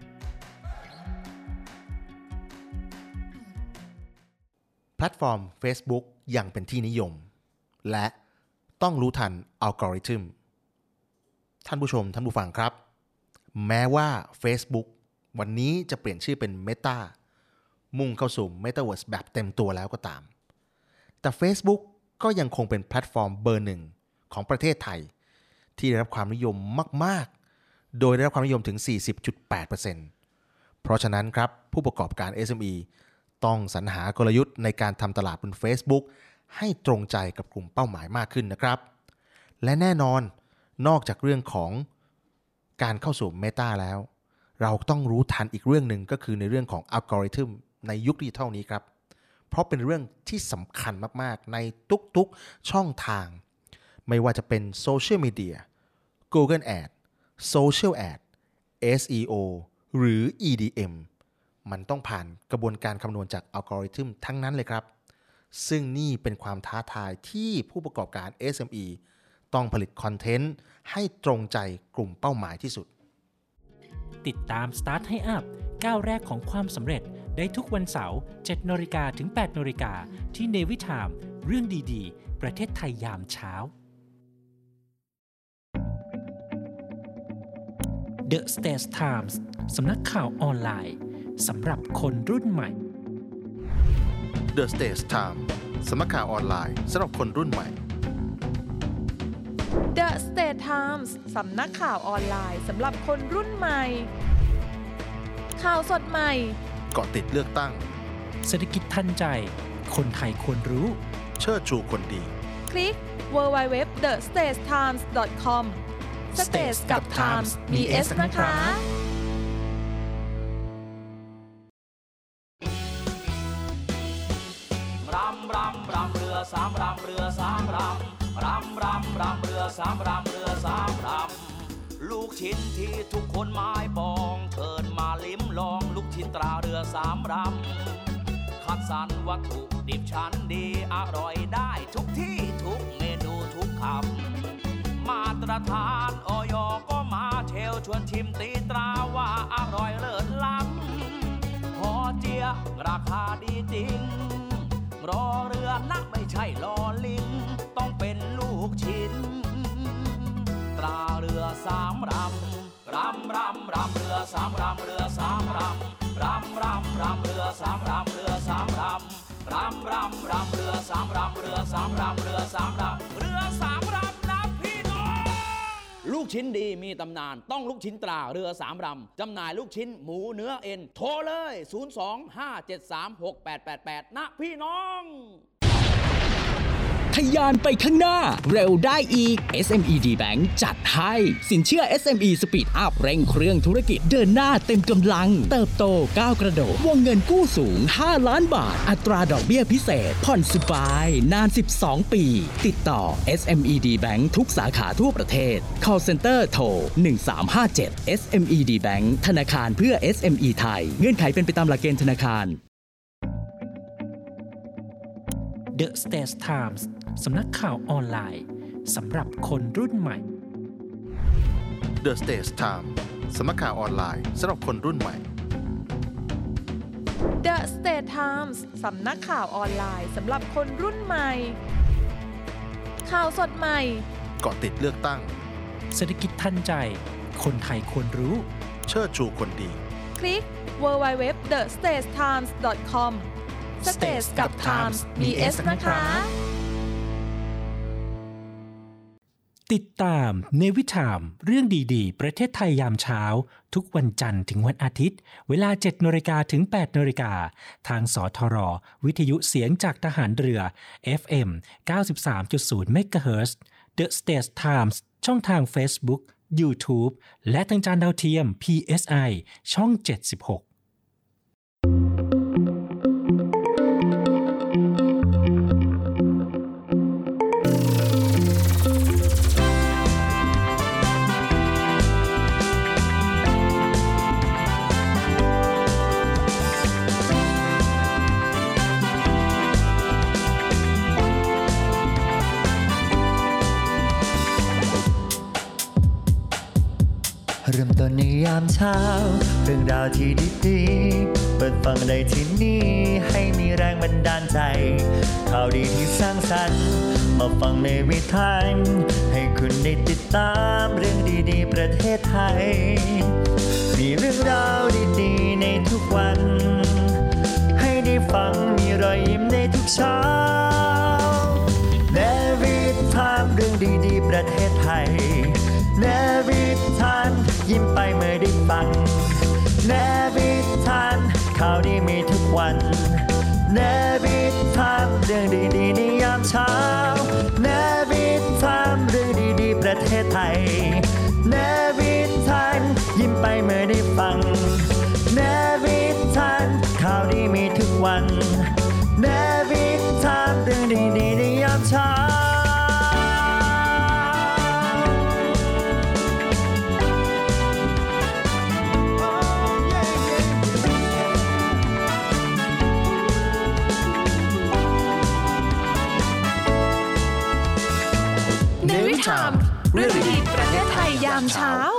แพลตฟอร์ม Facebook ยังเป็นที่นิยมและต้องรู้ทันอัลกอริทึมท่านผู้ชมท่านผู้ฟังครับแม้ว่า Facebook วันนี้จะเปลี่ยนชื่อเป็น Meta มุ่งเข้าสู่ Metaverse แบบเต็มตัวแล้วก็ตามแต่ Facebook ก็ยังคงเป็นแพลตฟอร์มเบอร์หนึ่งของประเทศไทยที่ได้รับความนิยมมากๆโดยได้รับความนิยมถึง สี่สิบจุดแปดเปอร์เซ็นต์ เพราะฉะนั้นครับผู้ประกอบการ เอส เอ็ม อี ต้องสรรหากลยุทธ์ในการทำตลาดบน Facebook ให้ตรงใจกับกลุ่มเป้าหมายมากขึ้นนะครับและแน่นอนนอกจากเรื่องของการเข้าสู่ Meta แล้วเราต้องรู้ทันอีกเรื่องหนึ่งก็คือในเรื่องของอัลกอริทึมในยุคดิจิทัลนี้ครับเพราะเป็นเรื่องที่สำคัญมากๆในทุกๆช่องทางไม่ว่าจะเป็นโซเชียลมีเดีย Google Ads Social Ad เอส อี โอ หรือ อี ดี เอ็ม มันต้องผ่านกระบวนการคำนวณจากอัลกอริทึมทั้งนั้นเลยครับซึ่งนี่เป็นความท้าทายที่ผู้ประกอบการ เอส เอ็ม อี ต้องผลิตคอนเทนต์ให้ตรงใจกลุ่มเป้าหมายที่สุดติดตาม Start ให้อัพก้าวแรกของความสำเร็จได้ทุกวันเสาร์ เจ็ดนาฬิกา ถึง แปดนาฬิกา ที่ Navy Time เรื่องดีๆประเทศไทยยามเช้า The States Times สำนักข่าวออนไลน์สำหรับคนรุ่นใหม่ The States Times สำนักข่าวออนไลน์สำหรับคนรุ่นใหม่ The States Times สำนักข่าวออนไลน์สำหรับคนรุ่นใหม่ข่าวสดใหม่เกาะติดเลือกตั้งเศรษฐกิจทันใจคนไทยควรรู้เชิดชูคนดีคลิก ดับเบิลยู ดับเบิลยู ดับเบิลยู ดอท สเตทไทมส์ ดอท คอม States กับ Times มี S นะคะรำรำรำเรือสามรำเรือสามรำรำรำรำเรือสามรำเรือสามรำลูกชิ้นที่ทุกคนหมายปองเชิญมาลิ้มลองลูกชิ้นตราเรือสามรำคัดสรรวัตถุดิบชั้นดีอร่อยได้ทุกที่ทุกเมนูทุกคำมาตรฐานอย.ก็มาเชลชวนชิมตีตราว่าอร่อยเลิศล้ำพอเจียราคาดีจริงรอเรือนะไม่ใช่ลอลิงต้องเป็นลูกชิ้นตราเรือสามรำรำรำรำเรือสามรำเรือสามรำรำรำรำเรือสามรำเรือสามรำรำรำรำเรือสามรำเรือสามรำเรือสามรำเรือสามรำนะพี่น้องลูกชิ้นดีมีตำนานต้องลูกชิ้นตราเรือสามรำจำหน่ายลูกชิ้นหมูเนื้อเอ็นโทรเลยศูนย์ สอง ห้า เจ็ด สาม หก แปด แปด แปดนะพี่น้องทะยานไปข้างหน้าเร็วได้อีก เอส เอ็ม อี ดี Bank จัดให้สินเชื่อ เอส เอ็ม อี Speed Up เร่งเครื่องธุรกิจเดินหน้าเต็มกำลังเติบโตก้าวกระโดดวงเงินกู้สูงห้าล้านบาทอัตราดอกเบี้ยพิเศษผ่อนสบายนานสิบสองปีติดต่อ เอส เอ็ม อี ดี Bank ทุกสาขาทั่วประเทศ Call Center โทรหนึ่งสามห้าเจ็ด เอส เอ็ม อี ดี Bank ธนาคารเพื่อ เอส เอ็ม อี ไทยเงื่อนไขเป็นไปตามหลักเกณฑ์ธนาคาร The States Times สำนักข่าวออนไลน์สำหรับคนรุ่นใหม่ The States Times สำนักข่าวออนไลน์สำหรับคนรุ่นใหม่ The States Times สำนักข่าวออนไลน์สำหรับคนรุ่นใหม่ข่าวสดใหม่เกาะติดเลือกตั้งเศรษฐกิจทันใจคนไทยควรรู้เชิดชูคนดีคลิก ดับเบิลยู ดับเบิลยู ดับเบิลยู ดอท สเตทไทมส์ ดอท คอม States กับ Times มี S นะคะติดตามเนวิทามเรื่องดีๆประเทศไทยยามเช้าทุกวันจันทร์ถึงวันอาทิตย์เวลา เจ็ดนาฬิกา ถึง แปดนาฬิกา ทางสทรวิทยุเสียงจากทหารเรือ เอฟ เอ็ม เก้าสิบสามจุดศูนย์ เมกะเฮิรตซ์ The States Times ช่องทาง Facebook YouTube และทางจานดาวเทียม พี เอส ไอ ช่องเจ็ดสิบหกเริ่มต้นในยามเช้าเรื่องราวที่ดีๆเปิดฟังได้ที่นี่ให้มีแรงบันดาลใจข่าวดีที่สร้างสรรค์มาฟังในวิถีให้คุณได้ติดตามเรื่องดีๆประเทศไทยมีเรื่องราวดีๆในทุกวันให้ได้ฟังมีรอยยิ้มในทุกเช้าในวิถีเรื่องดีๆประเทศไทยเนวิทานยิ้มไปเมื่อได้ฟังเนวิทานข่าวดีมีทุกวันเนวิทานเรื่องดีๆในยามเช้าเนวิทานเรื่องดีๆประเทศไทยเนวิทานยิ้มไปเมื่อได้ฟังเนวิทานข่าวดีมีทุกวันเนวิทานเรื่องดีๆในยามเช้าวิชามเรื่องดีประเทศไทยยามเช้า